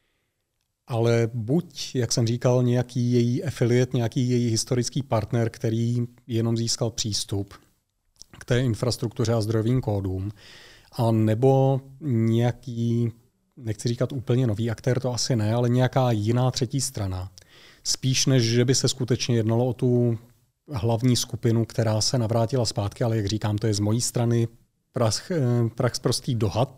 Speaker 1: ale buď, jak jsem říkal, nějaký její affiliate, nějaký její historický partner, který jenom získal přístup k té infrastruktuře a zdrojovým kódům, a nebo nějaký, nechci říkat úplně nový aktér, to asi ne, ale nějaká jiná třetí strana. Spíš než, že by se skutečně jednalo o tu hlavní skupinu, která se navrátila zpátky, ale jak říkám, to je z mojí strany prostý dohad,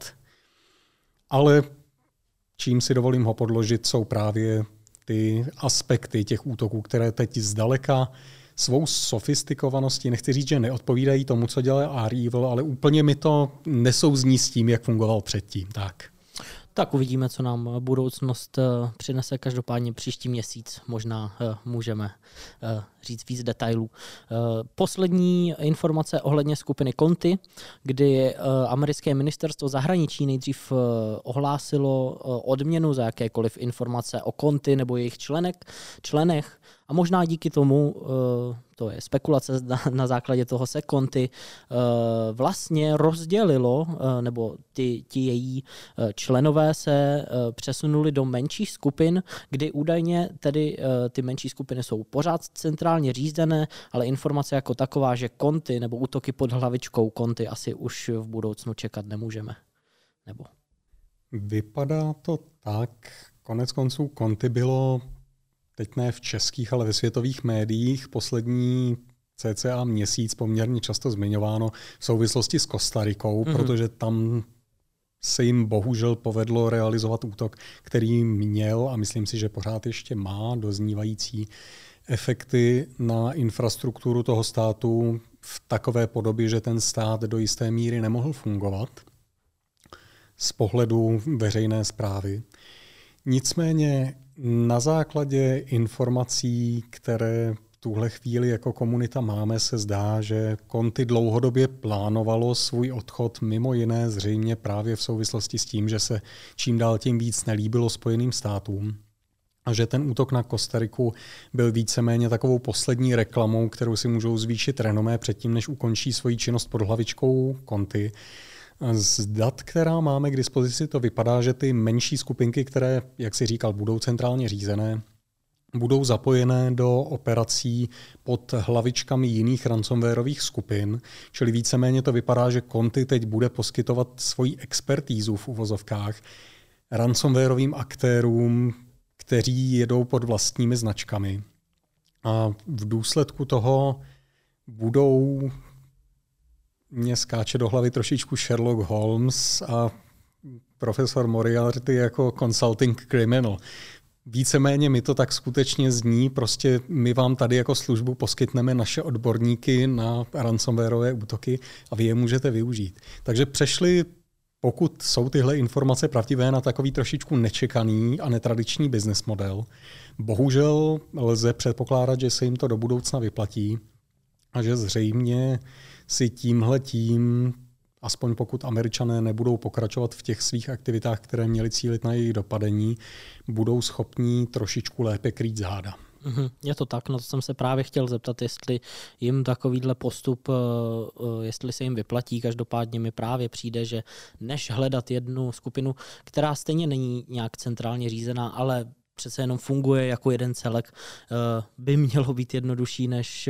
Speaker 1: ale čím si dovolím ho podložit, jsou právě ty aspekty těch útoků, které teď zdaleka svou sofistikovaností, nechci říct, že neodpovídají tomu, co dělá R-Evil, ale úplně mi to nesouzní s tím, jak fungoval předtím.
Speaker 2: Tak uvidíme, co nám budoucnost přinese. Každopádně příští měsíc možná můžeme říct víc detailů. Poslední informace ohledně skupiny Conti, kdy americké ministerstvo zahraničí nejdřív ohlásilo odměnu za jakékoliv informace o Conti nebo jejich členech a možná díky tomu, to je spekulace, na základě toho se Conti vlastně rozdělilo, nebo ti její členové se přesunuli do menších skupin, kdy údajně tedy ty menší skupiny jsou pořád centrálně řízené, ale informace jako taková, že Conti nebo útoky pod hlavičkou Conti asi už v budoucnu čekat nemůžeme. Nebo?
Speaker 1: Vypadá to tak. Konec konců Conti bylo teď ne v českých, ale ve světových médiích poslední cca měsíc poměrně často zmiňováno v souvislosti s Kostarikou, protože tam se jim bohužel povedlo realizovat útok, který měl a myslím si, že pořád ještě má doznívající efekty na infrastrukturu toho státu v takové podobě, že ten stát do jisté míry nemohl fungovat z pohledu veřejné správy. Nicméně na základě informací, které v tuhle chvíli jako komunita máme, se zdá, že Conti dlouhodobě plánovalo svůj odchod mimo jiné zřejmě právě v souvislosti s tím, že se čím dál tím víc nelíbilo Spojeným státům a že ten útok na Kostariku byl víceméně takovou poslední reklamou, kterou si můžou zvýšit renomé předtím, než ukončí svoji činnost pod hlavičkou Conti. Z dat, která máme k dispozici, to vypadá, že ty menší skupinky, které, jak si říkal, budou centrálně řízené, budou zapojené do operací pod hlavičkami jiných ransomwareových skupin, čili víceméně to vypadá, že Conti teď bude poskytovat svoji expertízu v uvozovkách ransomwareovým aktérům, kteří jedou pod vlastními značkami. A v důsledku toho budou mě skáče do hlavy trošičku Sherlock Holmes a profesor Moriarty jako consulting criminal. Víceméně mi to tak skutečně zní, prostě my vám tady jako službu poskytneme naše odborníky na ransomwareové útoky a vy je můžete využít. Takže přešli, pokud jsou tyhle informace pravdivé, na takový trošičku nečekaný a netradiční business model. Bohužel lze předpokládat, že se jim to do budoucna vyplatí a že zřejmě si tímhletím, aspoň pokud Američané nebudou pokračovat v těch svých aktivitách, které měly cílit na jejich dopadení, budou schopní trošičku lépe krýt záda.
Speaker 2: Je to tak, no to jsem se právě chtěl zeptat, jestli jim takovýhle postup, jestli se jim vyplatí. Každopádně mi právě přijde, že než hledat jednu skupinu, která stejně není nějak centrálně řízená, ale přece jenom funguje jako jeden celek, by mělo být jednodušší, než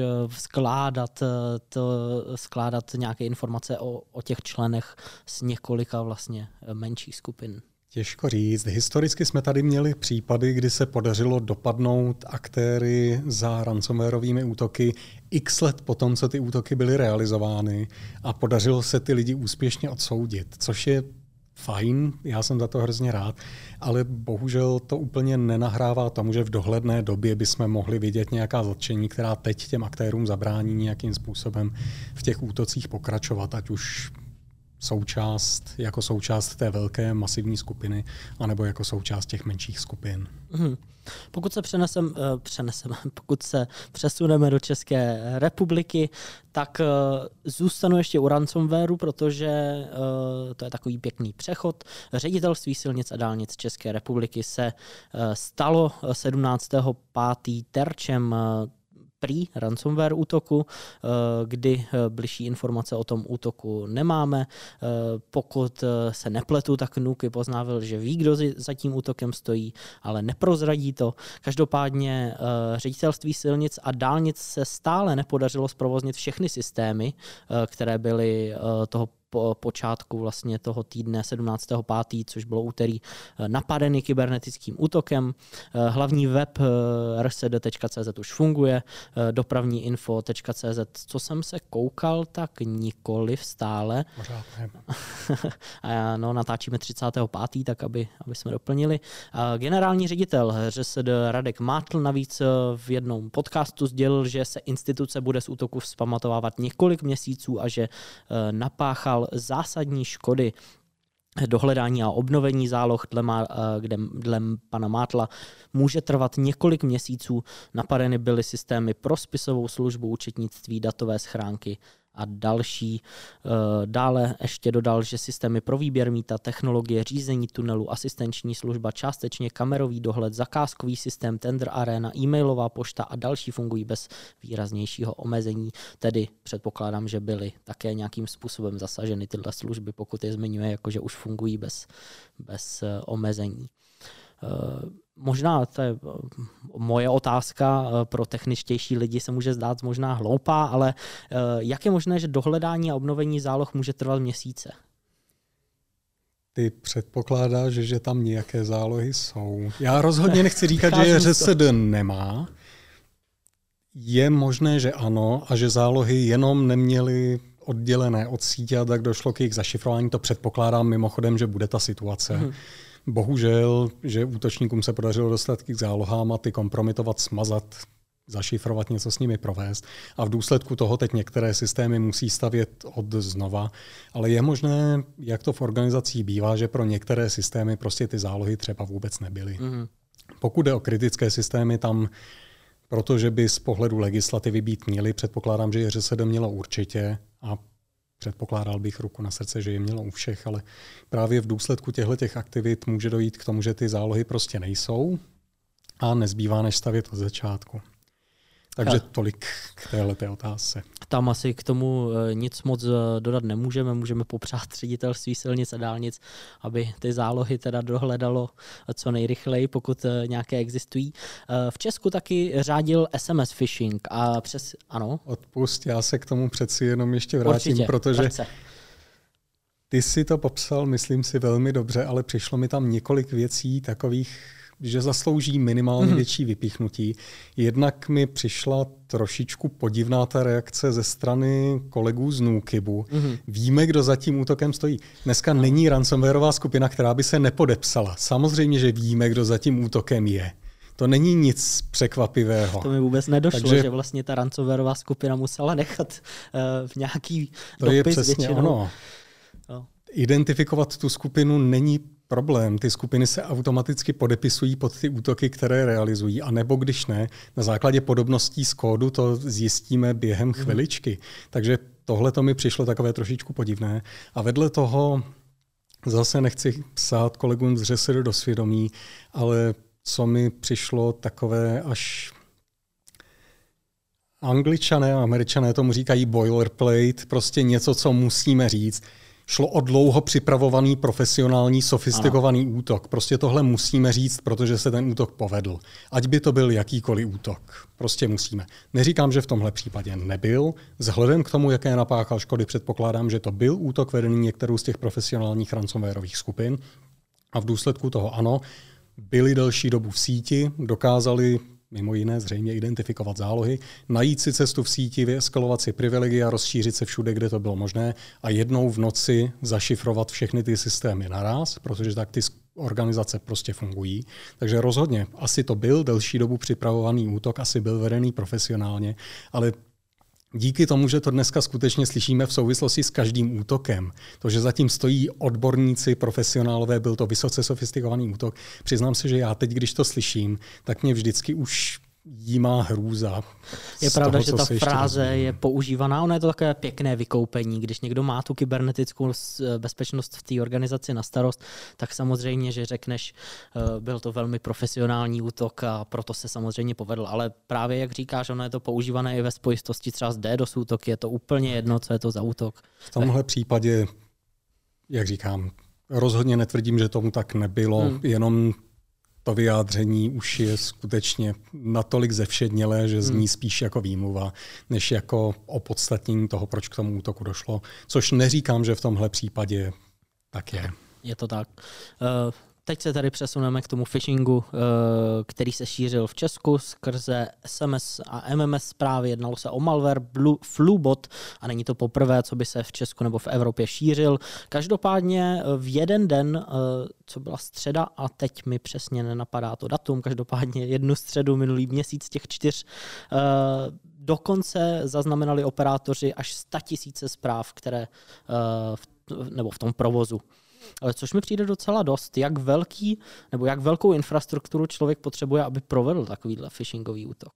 Speaker 2: skládat nějaké informace o těch členech z několika vlastně menších skupin.
Speaker 1: Těžko říct. Historicky jsme tady měli případy, kdy se podařilo dopadnout aktéry za ransomwareovými útoky x let potom, co ty útoky byly realizovány a podařilo se ty lidi úspěšně odsoudit, což je fajn, já jsem za to hrozně rád, ale bohužel to úplně nenahrává tomu, že v dohledné době bychom mohli vidět nějaká zatčení, která teď těm aktérům zabrání nějakým způsobem v těch útocích pokračovat, ať už jako součást té velké masivní skupiny, anebo jako součást těch menších skupin.
Speaker 2: Pokud se pokud se přesuneme do České republiky, tak zůstanu ještě u ransomwareu, protože to je takový pěkný přechod. Ředitelství silnic a dálnic České republiky se stalo 17.5. terčem prý ransomware útoku, kdy bližší informace o tom útoku nemáme. Pokud se nepletu, tak NÚKIB oznámil, že ví, kdo za tím útokem stojí, ale neprozradí to. Každopádně Ředitelství silnic a dálnic se stále nepodařilo zprovoznit všechny systémy, které byly toho počátku vlastně toho týdne 17.5., což bylo úterý, napadený kybernetickým útokem. Hlavní web rsd.cz už funguje, dopravníinfo.cz, co jsem se koukal, tak nikoliv stále. A no, natáčíme 35., tak aby jsme doplnili. Generální ředitel ŘSD Radek Mátl navíc v jednom podcastu sdělil, že se instituce bude z útoku vzpamatovávat několik měsíců a že napáchal zásadní škody. Dohledání a obnovení záloh dle pana Mátla může trvat několik měsíců. Napadeny byly systémy pro spisovou službu, účetnictví, datové schránky a další. Dále ještě dodal, že systémy pro výběr mýta, technologie řízení tunelu, asistenční služba, částečně kamerový dohled, zakázkový systém, tender arena, e-mailová pošta a další fungují bez výraznějšího omezení. Tedy předpokládám, že byly také nějakým způsobem zasaženy tyhle služby, pokud je zmiňuje, jakože už fungují bez omezení. Možná to je moje otázka, pro techničtější lidi se může zdát možná hloupá, ale jak je možné, že dohledání a obnovení záloh může trvat měsíce?
Speaker 1: Ty předpokládáš, že tam nějaké zálohy jsou. Já rozhodně nechci říkat, že je ŘSD nemá. Je možné, že ano, a že zálohy jenom neměly oddělené od sítě a tak došlo k jejich zašifrování. To předpokládám mimochodem, že bude ta situace. Bohužel, že útočníkům se podařilo dostat k zálohám a ty kompromitovat, smazat, zašifrovat, něco s nimi provést. A v důsledku toho teď některé systémy musí stavět od znova. Ale je možné, jak to v organizacích bývá, že pro některé systémy prostě ty zálohy třeba vůbec nebyly. Pokud jde o kritické systémy, tam, protože by z pohledu legislativy být měly, předpokládám, že je ŘSD mělo určitě a předpokládal bych ruku na srdce, že je mělo u všech, ale právě v důsledku těchto aktivit může dojít k tomu, že ty zálohy prostě nejsou a nezbývá než stavět od začátku. Takže tolik k téhleté otázce.
Speaker 2: Tam asi k tomu nic moc dodat nemůžeme. Můžeme popřát Ředitelství silnic a dálnic, aby ty zálohy teda dohledalo co nejrychleji, pokud nějaké existují. V Česku taky řádil SMS phishing a ano?
Speaker 1: Odpust, já se k tomu přeci jenom ještě vrátím, určitě, protože ty si to popsal, myslím si, velmi dobře, ale přišlo mi tam několik věcí takových, že zaslouží minimálně větší vypíchnutí. Jednak mi přišla trošičku podivná ta reakce ze strany kolegů z NÚKIBu. Víme, kdo za tím útokem stojí. Dneska není ransomwareová skupina, která by se nepodepsala. Samozřejmě, že víme, kdo za tím útokem je. To není nic překvapivého.
Speaker 2: To mi vůbec nedošlo, takže, že vlastně ta ransomwareová skupina musela nechat v nějaký
Speaker 1: to dopis. To je přesně ono. Identifikovat tu skupinu není problém. Ty skupiny se automaticky podepisují pod ty útoky, které realizují, a nebo když ne, na základě podobností z kódu to zjistíme během chviličky. Takže tohle to mi přišlo takové trošičku podivné. A vedle toho zase nechci psát kolegům z ŘSD do svědomí, ale co mi přišlo takové až Angličané a Američané tomu říkají boilerplate, prostě něco, co musíme říct. Šlo o dlouho připravovaný, profesionální, sofistikovaný útok. Prostě tohle musíme říct, protože se ten útok povedl. Ať by to byl jakýkoliv útok. Prostě musíme. Neříkám, že v tomhle případě nebyl. Vzhledem k tomu, jaké napáchal škody, předpokládám, že to byl útok vedený některou z těch profesionálních ransomwareových skupin. A v důsledku toho ano, byli delší dobu v síti, dokázali mimo jiné zřejmě identifikovat zálohy, najít si cestu v síti, vyeskalovat si privilegia, rozšířit se všude, kde to bylo možné a jednou v noci zašifrovat všechny ty systémy naraz, protože tak ty organizace prostě fungují. Takže rozhodně asi to byl delší dobu připravovaný útok, asi byl vedený profesionálně, ale díky tomu, že to dneska skutečně slyšíme v souvislosti s každým útokem, to, že zatím stojí odborníci, profesionálové, byl to vysoce sofistikovaný útok, přiznám se, že já teď, když to slyším, tak mě vždycky už jímá hrůza.
Speaker 2: Je pravda, že ta fráze je používaná, ono je to takové pěkné vykoupení. Když někdo má tu kybernetickou bezpečnost v té organizaci na starost, tak samozřejmě, že řekneš, byl to velmi profesionální útok a proto se samozřejmě povedl. Ale právě jak říkáš, ono je to používané i ve spojitosti třeba s DDoS útoky, je to úplně jedno, co je to za útok.
Speaker 1: V tomhle případě, jak říkám, rozhodně netvrdím, že tomu tak nebylo, jenom to vyjádření už je skutečně natolik zevšednělé, že zní spíš jako výmluva, než jako opodstatnění toho, proč k tomu útoku došlo. Což neříkám, že v tomhle případě tak je.
Speaker 2: Je to tak. Teď se tady přesuneme k tomu phishingu, který se šířil v Česku skrze SMS a MMS zprávy. Jednalo se o malware Flubot a není to poprvé, co by se v Česku nebo v Evropě šířil. Každopádně v jeden den, co byla středa, a teď mi přesně nenapadá to datum, každopádně jednu středu minulý měsíc z těch 4, dokonce zaznamenali operátoři až 100 000 zpráv, které nebo v tom provozu. Což mi přijde docela dost. Jak velkou infrastrukturu člověk potřebuje, aby provedl takovýhle phishingový útok?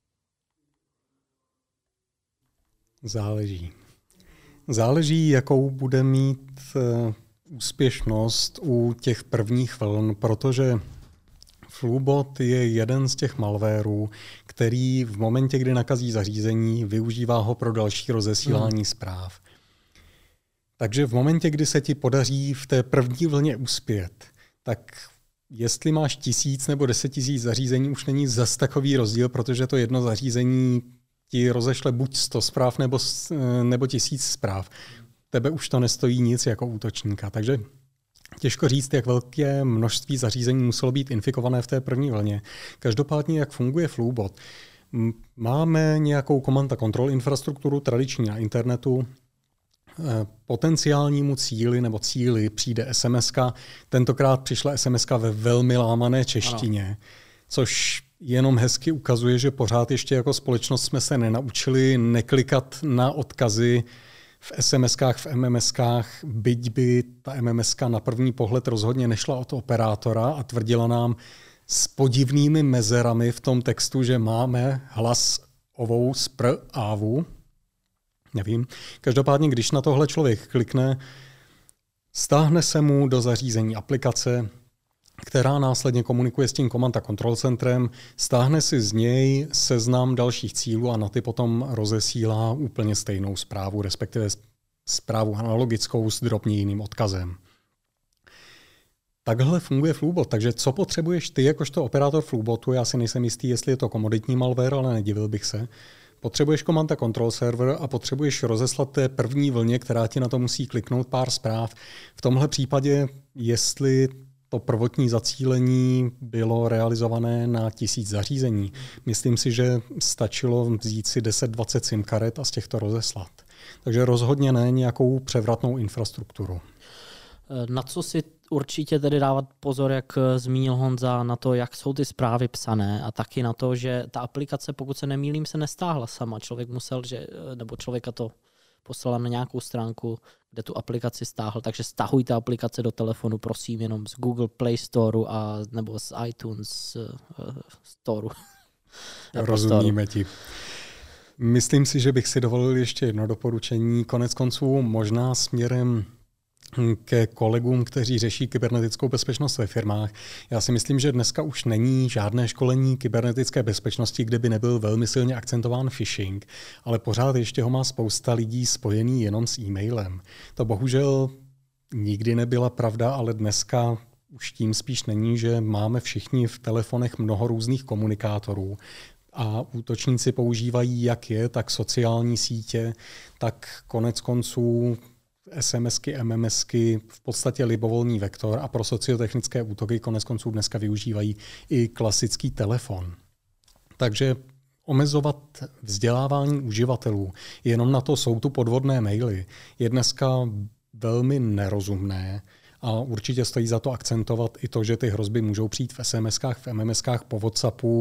Speaker 1: Záleží, jakou bude mít úspěšnost u těch prvních vln, protože Flubot je jeden z těch malwarů, který v momentě, kdy nakazí zařízení, využívá ho pro další rozesílání zpráv. Takže v momentě, kdy se ti podaří v té první vlně uspět, tak jestli máš 1000 nebo 10 000 zařízení, už není zas takový rozdíl, protože to jedno zařízení ti rozešle buď 100 zpráv nebo 1000 zpráv. Tebe už to nestojí nic jako útočníka. Takže těžko říct, jak velké množství zařízení muselo být infikované v té první vlně. Každopádně, jak funguje Flubot. Máme nějakou command a control infrastrukturu tradiční na internetu. Potenciálnímu cíli nebo cíli přijde SMS-ka. Tentokrát přišla SMS-ka ve velmi lámané češtině, což jenom hezky ukazuje, že pořád ještě jako společnost jsme se nenaučili neklikat na odkazy v SMS-kách, v MMS-kách, byť by ta MMS-ka na první pohled rozhodně nešla od operátora a tvrdila nám s podivnými mezerami v tom textu, že máme hlas ovou spr ávu. Nevím. Každopádně, když na tohle člověk klikne, stáhne se mu do zařízení aplikace, která následně komunikuje s tím command a control centrem, stáhne si z něj seznam dalších cílů a na ty potom rozesílá úplně stejnou zprávu, respektive zprávu analogickou s drobně jiným odkazem. Takhle funguje Flubot, takže co potřebuješ ty jakožto operátor Flubotu, já si nejsem jistý, jestli je to komoditní malware, ale nedivil bych se. Potřebuješ command a control server a potřebuješ rozeslat té první vlně, která ti na to musí kliknout pár zpráv. V tomhle případě, jestli to prvotní zacílení bylo realizované na 1000 zařízení, myslím si, že stačilo vzít si 10-20 SIM karet a z těchto rozeslat. Takže rozhodně ne nějakou převratnou infrastrukturu.
Speaker 2: Na co si určitě tedy dávat pozor, jak zmínil Honza, na to, jak jsou ty zprávy psané a taky na to, že ta aplikace, pokud se nemýlím, se nestáhla sama. Člověk musel, nebo člověka to poslala na nějakou stránku, kde tu aplikaci stáhl, takže stahujte aplikace do telefonu, prosím, jenom z Google Play Store nebo z iTunes Store.
Speaker 1: Rozumíme ti. Myslím si, že bych si dovolil ještě jedno doporučení. Konec konců možná směrem ke kolegům, kteří řeší kybernetickou bezpečnost ve firmách. Já si myslím, že dneska už není žádné školení kybernetické bezpečnosti, kde by nebyl velmi silně akcentován phishing, ale pořád ještě ho má spousta lidí spojený jenom s e-mailem. To bohužel nikdy nebyla pravda, ale dneska už tím spíš není, že máme všichni v telefonech mnoho různých komunikátorů a útočníci používají jak je, tak sociální sítě, tak konec konců SMSky, MMSky, v podstatě libovolný vektor a pro sociotechnické útoky konec konců dneska využívají i klasický telefon. Takže omezovat vzdělávání uživatelů jenom na to jsou tu podvodné maily je dneska velmi nerozumné a určitě stojí za to akcentovat i to, že ty hrozby můžou přijít v SMSkách, v MMSkách, po WhatsAppu,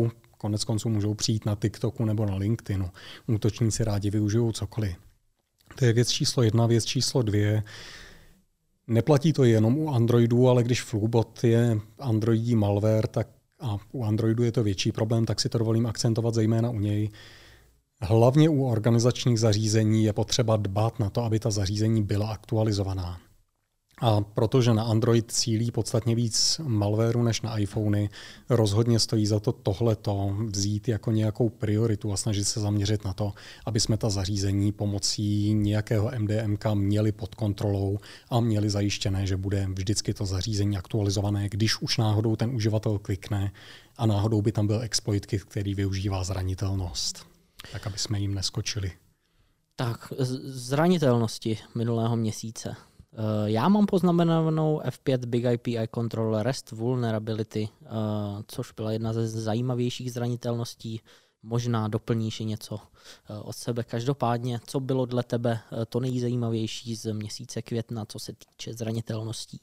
Speaker 1: Koneckonců můžou přijít na TikToku nebo na LinkedInu. Útočníci rádi využijou cokoliv. To je věc číslo 1, věc číslo 2. Neplatí to jenom u Androidů, ale když Flubot je androidí malware, tak a u Androidu je to větší problém, tak si to dovolím akcentovat zejména u něj. Hlavně u organizačních zařízení je potřeba dbát na to, aby ta zařízení byla aktualizovaná. A protože na Android cílí podstatně víc malwareu než na iPhony, rozhodně stojí za to tohleto vzít jako nějakou prioritu a snažit se zaměřit na to, aby jsme ta zařízení pomocí nějakého MDMK měli pod kontrolou a měli zajištěné, že bude vždycky to zařízení aktualizované, když už náhodou ten uživatel klikne a náhodou by tam byl exploit, který využívá zranitelnost, tak aby jsme jim neskočili.
Speaker 2: Tak, zranitelnosti minulého měsíce. Já mám poznamenanou F5 Big IP Eye Control REST Vulnerability, což byla jedna ze zajímavějších zranitelností. Možná doplníš něco od sebe. Každopádně, co bylo dle tebe to nejzajímavější z měsíce května, co se týče zranitelností?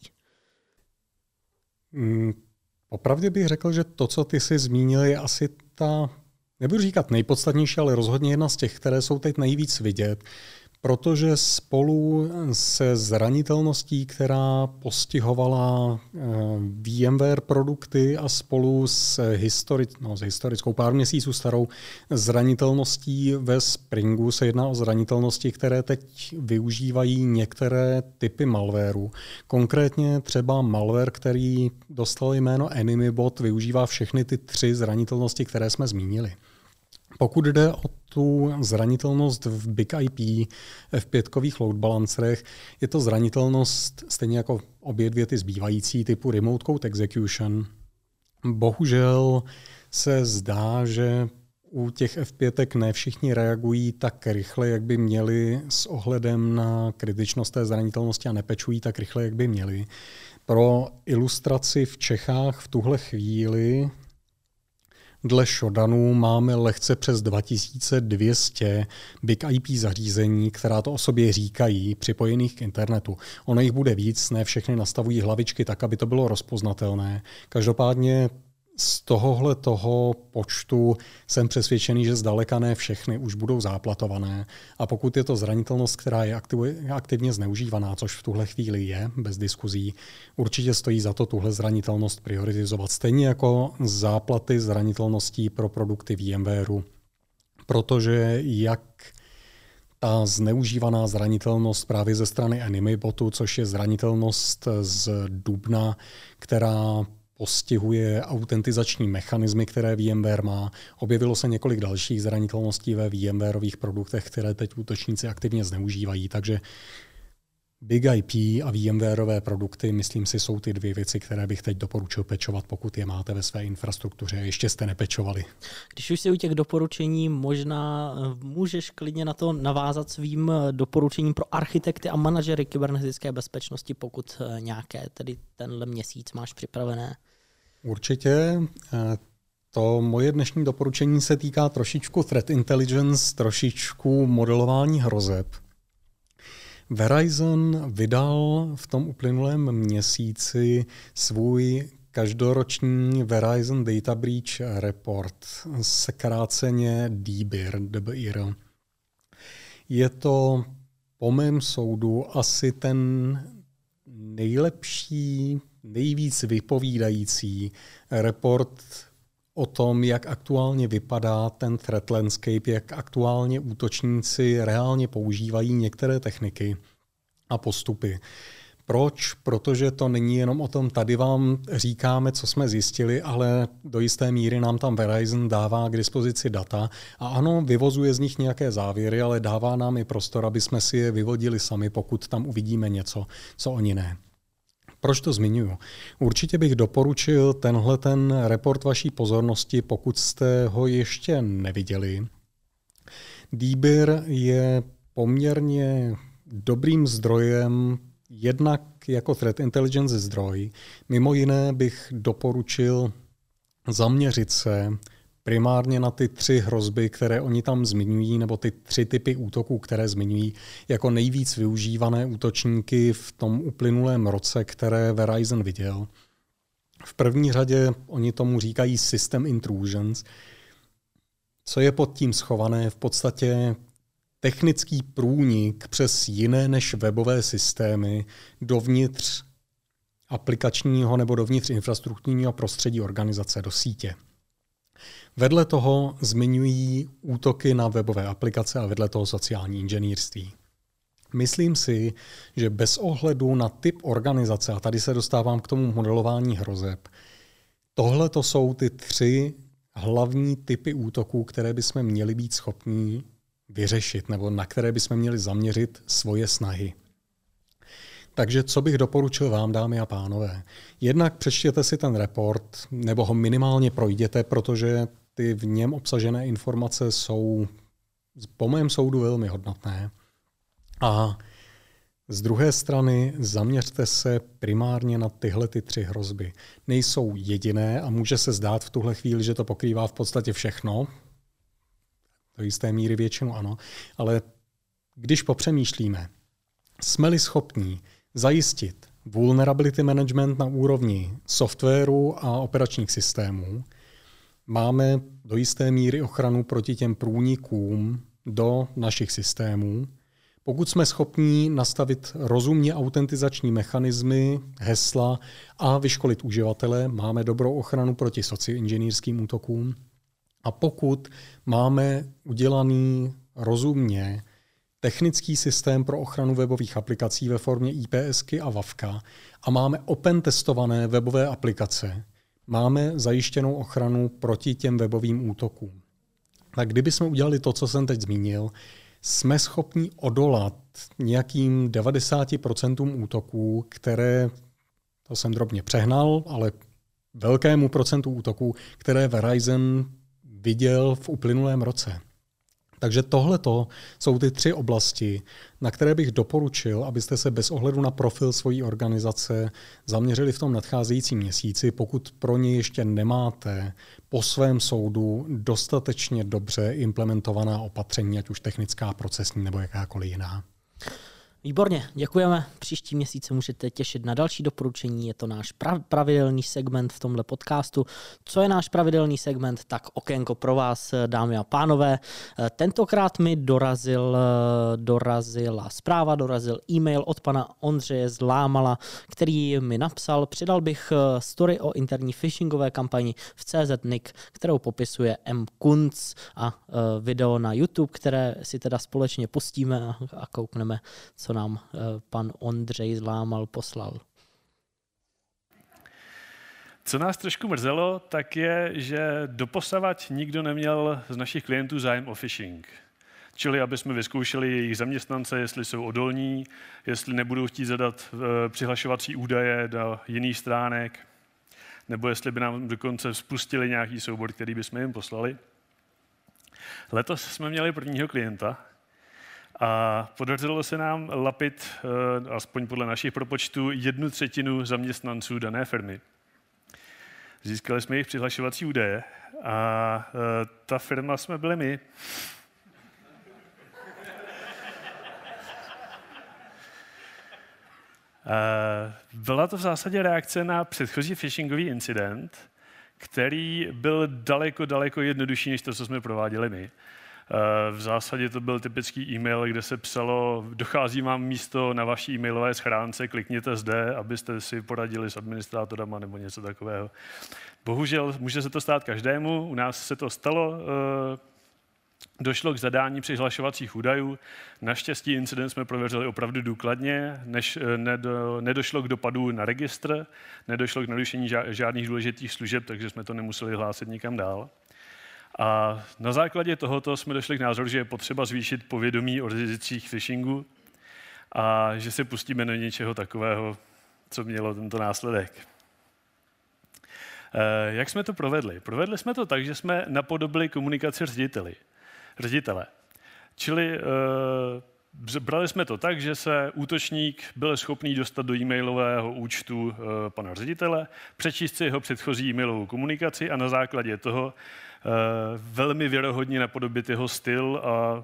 Speaker 1: Popravdě bych řekl, že to, co ty jsi zmínil, je asi ta, nebudu říkat nejpodstatnější, ale rozhodně jedna z těch, které jsou teď nejvíc vidět, protože spolu se zranitelností, která postihovala VMware produkty a spolu s historickou pár měsíců starou zranitelností ve Springu se jedná o zranitelnosti, které teď využívají některé typy malwareu. Konkrétně třeba malware, který dostal jméno EnemyBot, využívá všechny ty 3 zranitelnosti, které jsme zmínili. Pokud jde o tu zranitelnost v Big IP F5 load balancerech, je to zranitelnost stejně jako obě dvě ty zbývající typu Remote Code Execution. Bohužel se zdá, že u těch F5 ne všichni reagují tak rychle, jak by měli s ohledem na kritičnost té zranitelnosti a nepečují tak rychle, jak by měli. Pro ilustraci v Čechách v tuhle chvíli dle Shodanu máme lehce přes 2200 Big IP zařízení, která to o sobě říkají, připojených k internetu. Ono jich bude víc, ne všechny nastavují hlavičky tak, aby to bylo rozpoznatelné. Každopádně z toho počtu jsem přesvědčený, že zdaleka ne všechny už budou záplatované. A pokud je to zranitelnost, která je aktivně zneužívaná, což v tuhle chvíli je, bez diskuzí, určitě stojí za to tuhle zranitelnost prioritizovat. Stejně jako záplaty zranitelností pro produkty VMwareu. Protože jak ta zneužívaná zranitelnost právě ze strany EnemyBotu, což je zranitelnost z dubna, která postihuje autentizační mechanismy, které VMware má. Objevilo se několik dalších zranitelností ve VMwareových produktech, které teď útočníci aktivně zneužívají. Takže Big IP a VMwareové produkty, myslím si, jsou ty 2 věci, které bych teď doporučil pečovat, pokud je máte ve své infrastruktuře. Ještě jste nepečovali.
Speaker 2: Když už si u těch doporučení, možná můžeš klidně na to navázat svým doporučením pro architekty a manažery kybernetické bezpečnosti, pokud nějaké tedy tenhle měsíc máš připravené.
Speaker 1: Určitě. To moje dnešní doporučení se týká trošičku threat intelligence, trošičku modelování hrozeb. Verizon vydal v tom uplynulém měsíci svůj každoroční Verizon Data Breach Report, zkráceně DBIR. Je to po mém soudu asi ten nejlepší, nejvíc vypovídající report o tom, jak aktuálně vypadá ten threat landscape, jak aktuálně útočníci reálně používají některé techniky a postupy. Proč? Protože to není jenom o tom, tady vám říkáme, co jsme zjistili, ale do jisté míry nám tam Verizon dává k dispozici data a ano, vyvozuje z nich nějaké závěry, ale dává nám i prostor, aby jsme si je vyvodili sami, pokud tam uvidíme něco, co oni ne. Proč to zmiňuji? Určitě bych doporučil tenhle report vaší pozornosti, pokud jste ho ještě neviděli. DBIR je poměrně dobrým zdrojem, jednak jako threat intelligence zdroj. Mimo jiné bych doporučil zaměřit se primárně na ty 3 hrozby, které oni tam zmiňují, nebo ty 3 typy útoků, které zmiňují jako nejvíc využívané útočníky v tom uplynulém roce, které Verizon viděl. V první řadě oni tomu říkají system intrusions. Co je pod tím schované? V podstatě technický průnik přes jiné než webové systémy dovnitř aplikačního nebo dovnitř infrastrukturního prostředí organizace do sítě. Vedle toho zmiňují útoky na webové aplikace a vedle toho sociální inženýrství. Myslím si, že bez ohledu na typ organizace, a tady se dostávám k tomu modelování hrozeb, tohle to jsou ty 3 hlavní typy útoků, které bychom měli být schopní vyřešit nebo na které bychom měli zaměřit svoje snahy. Takže co bych doporučil vám, dámy a pánové? Jednak přečtěte si ten report nebo ho minimálně projděte, protože ty v něm obsažené informace jsou po mém soudu velmi hodnotné. A z druhé strany zaměřte se primárně na tyhle 3 hrozby. Nejsou jediné a může se zdát v tuhle chvíli, že to pokrývá v podstatě všechno. Do jisté míry většinu ano. Ale když popřemýšlíme, jsme-li schopní zajistit vulnerability management na úrovni softwaru a operačních systémů, máme do jisté míry ochranu proti těm průnikům do našich systémů. Pokud jsme schopní nastavit rozumně autentizační mechanismy, hesla a vyškolit uživatele, máme dobrou ochranu proti socioinženýrským útokům. A pokud máme udělaný rozumně technický systém pro ochranu webových aplikací ve formě IPSky a WAFka a máme open testované webové aplikace, máme zajištěnou ochranu proti těm webovým útokům. Tak kdybychom udělali to, co jsem teď zmínil, jsme schopni odolat nějakým 90% útoků, které, to jsem drobně přehnal, ale velkému procentu útoků, které Verizon viděl v uplynulém roce. Takže tohleto jsou ty 3 oblasti, na které bych doporučil, abyste se bez ohledu na profil svojí organizace zaměřili v tom nadcházejícím měsíci, pokud pro ně ještě nemáte po svém soudu dostatečně dobře implementovaná opatření, ať už technická, procesní nebo jakákoliv jiná.
Speaker 2: Výborně, děkujeme. Příští měsíc se můžete těšit na další doporučení. Je to náš pravidelný segment v tomhle podcastu. Co je náš pravidelný segment? Tak okénko pro vás, dámy a pánové. Tentokrát mi dorazila zpráva, dorazil e-mail od pana Ondřeje Zlámala, který mi napsal: přidal bych story o interní phishingové kampani v CZ.NIC, kterou popisuje M. Kunz, a video na YouTube, které si teda společně pustíme a koukneme, co nám pan Ondřej Zlámal poslal.
Speaker 3: Co nás trošku mrzelo, tak je, že doposavad nikdo neměl z našich klientů zájem o phishing. Čili aby jsme vyzkoušeli jejich zaměstnance, jestli jsou odolní, jestli nebudou chtít zadat přihlašovací údaje do jiných stránek, nebo jestli by nám dokonce spustili nějaký soubor, který bychom jim poslali. Letos jsme měli prvního klienta, a podařilo se nám lapit, aspoň podle našich propočtů, 1/3 zaměstnanců dané firmy. Získali jsme jejich přihlašovací údaje a ta firma jsme byli my. Byla to v zásadě reakce na předchozí phishingový incident, který byl daleko jednodušší než to, co jsme prováděli my. V zásadě to byl typický e-mail, kde se psalo: dochází vám místo na vaší e-mailové schránce, klikněte zde, abyste si poradili s administrátorama nebo něco takového. Bohužel může se to stát každému, u nás se to stalo, došlo k zadání přihlašovacích údajů. Naštěstí incident jsme prověřili opravdu důkladně, než nedošlo k dopadu na registr, nedošlo k narušení žádných důležitých služeb, takže jsme to nemuseli hlásit nikam dál. A na základě tohoto jsme došli k názoru, že je potřeba zvýšit povědomí o rizicích phishingu a že se pustíme do něčeho takového, co mělo tento následek. Jak jsme to provedli? Provedli jsme to tak, že jsme napodobili komunikaci ředitele. Čili brali jsme to tak, že se útočník byl schopný dostat do e-mailového účtu pana ředitele, přečíst si jeho předchozí e-mailovou komunikaci a na základě toho velmi věrohodně napodobit jeho styl a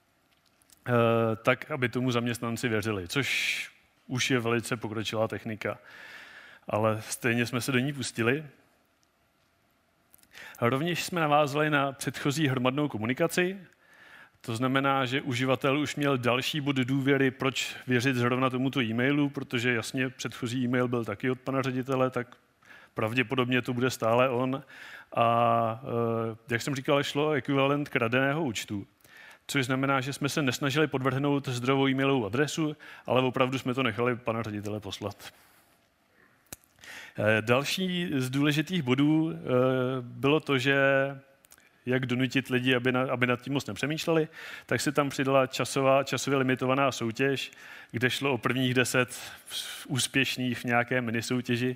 Speaker 3: tak, aby tomu zaměstnanci věřili, což už je velice pokročilá technika. Ale stejně jsme se do ní pustili. Rovněž jsme navázali na předchozí hromadnou komunikaci. To znamená, že uživatel už měl další bod důvěry, proč věřit zrovna tomuto e-mailu, protože jasně předchozí e-mail byl taky od pana ředitele, tak pravděpodobně to bude stále on. A jak jsem říkal, šlo o ekvivalent kradeného účtu. Což znamená, že jsme se nesnažili podvrhnout zdrojovou e-mailovou adresu, ale opravdu jsme to nechali pana ředitele poslat. Další z důležitých bodů bylo to, že jak donutit lidi, aby nad tím moc nepřemýšleli, tak se tam přidala časově limitovaná soutěž, kde šlo o prvních 10 úspěšných v nějaké minisoutěži.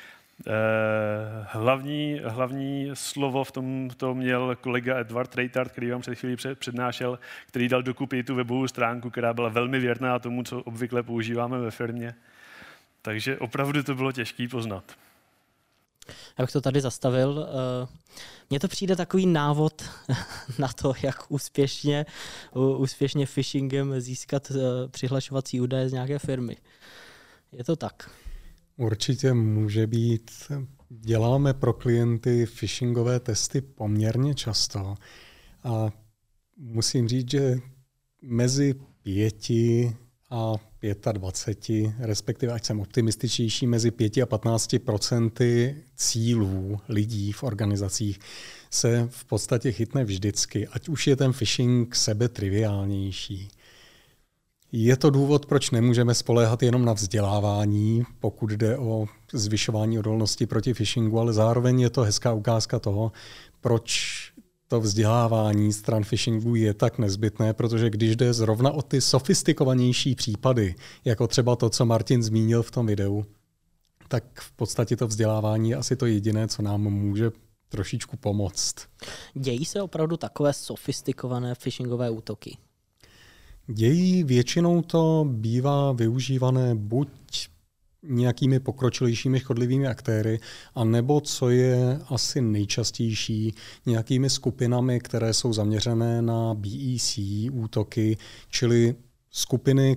Speaker 3: Hlavní slovo v tom měl kolega Edward Reitard, který vám před chvílí přednášel, který dal dokupy tu webovou stránku, která byla velmi věrná tomu, co obvykle používáme ve firmě. Takže opravdu to bylo těžké poznat.
Speaker 2: Já bych to tady zastavil. Mně to přijde takový návod na to, jak úspěšně phishingem získat přihlašovací údaje z nějaké firmy. Je to tak?
Speaker 1: Určitě může být. Děláme pro klienty phishingové testy poměrně často a musím říct, že mezi 5 a 25, respektive ať jsem optimističtější, mezi 5 a 15% cílů lidí v organizacích se v podstatě chytne vždycky, ať už je ten phishing sebetriviálnější. Je to důvod, proč nemůžeme spoléhat jenom na vzdělávání, pokud jde o zvyšování odolnosti proti phishingu, ale zároveň je to hezká ukázka toho, proč to vzdělávání stran phishingu je tak nezbytné, protože když jde zrovna o ty sofistikovanější případy, jako třeba to, co Martin zmínil v tom videu, tak v podstatě to vzdělávání je asi to jediné, co nám může trošičku pomoct.
Speaker 2: Dějí se opravdu takové sofistikované phishingové útoky?
Speaker 1: Dějí, většinou to bývá využívané buď nějakými pokročilejšími škodlivými aktéry, anebo, co je asi nejčastější, nějakými skupinami, které jsou zaměřené na BEC útoky, čili skupiny,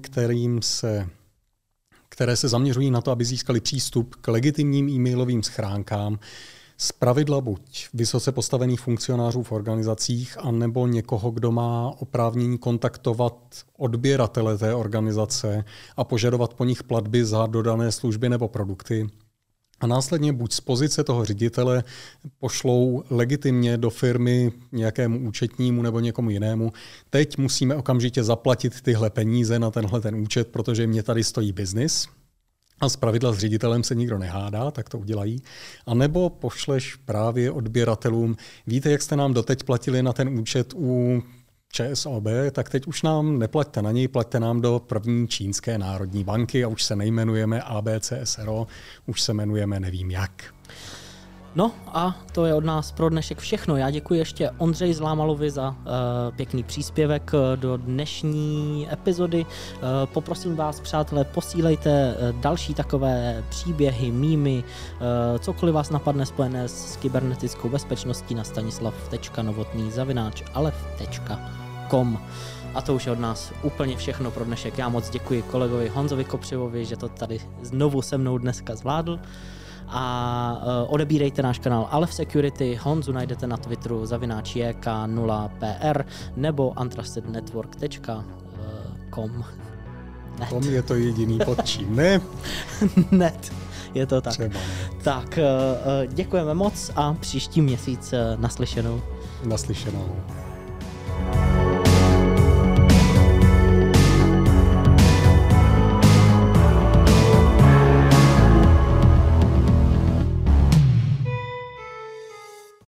Speaker 1: které se zaměřují na to, aby získali přístup k legitimním e-mailovým schránkám, zpravidla buď vysoce postavených funkcionářů v organizacích, anebo někoho, kdo má oprávnění kontaktovat odběratele té organizace a požadovat po nich platby za dodané služby nebo produkty. A následně buď z pozice toho ředitele pošlou legitimně do firmy nějakému účetnímu nebo někomu jinému. Teď musíme okamžitě zaplatit tyhle peníze na tenhle ten účet, protože mě tady stojí biznis. A zpravidla s ředitelem se nikdo nehádá, tak to udělají. A nebo pošleš právě odběratelům, víte, jak jste nám doteď platili na ten účet u ČSOB, tak teď už nám neplaťte na něj, plaťte nám do první čínské národní banky a už se nejmenujeme ABCSRO, už se jmenujeme nevím jak.
Speaker 2: No a to je od nás pro dnešek všechno. Já děkuji ještě Ondřeji Zlámalovi za pěkný příspěvek do dnešní epizody. Poprosím vás, přátelé, posílejte další takové příběhy, mýmy, cokoliv vás napadne spojené s kybernetickou bezpečností na stanislav.novotný@alef.com. A to už je od nás úplně všechno pro dnešek. Já moc děkuji kolegovi Honzovi Kopřivovi, že to tady znovu se mnou dneska zvládl. A odebírejte náš kanál Alef Security, Honzu najdete na Twitteru @JK0PR nebo untrustednetwork.com.
Speaker 1: Tom je to jediný pod čím, ne?
Speaker 2: Net, je to tak.
Speaker 1: Třeba.
Speaker 2: Tak, děkujeme moc a příští měsíc naslyšenou.
Speaker 1: Naslyšenou.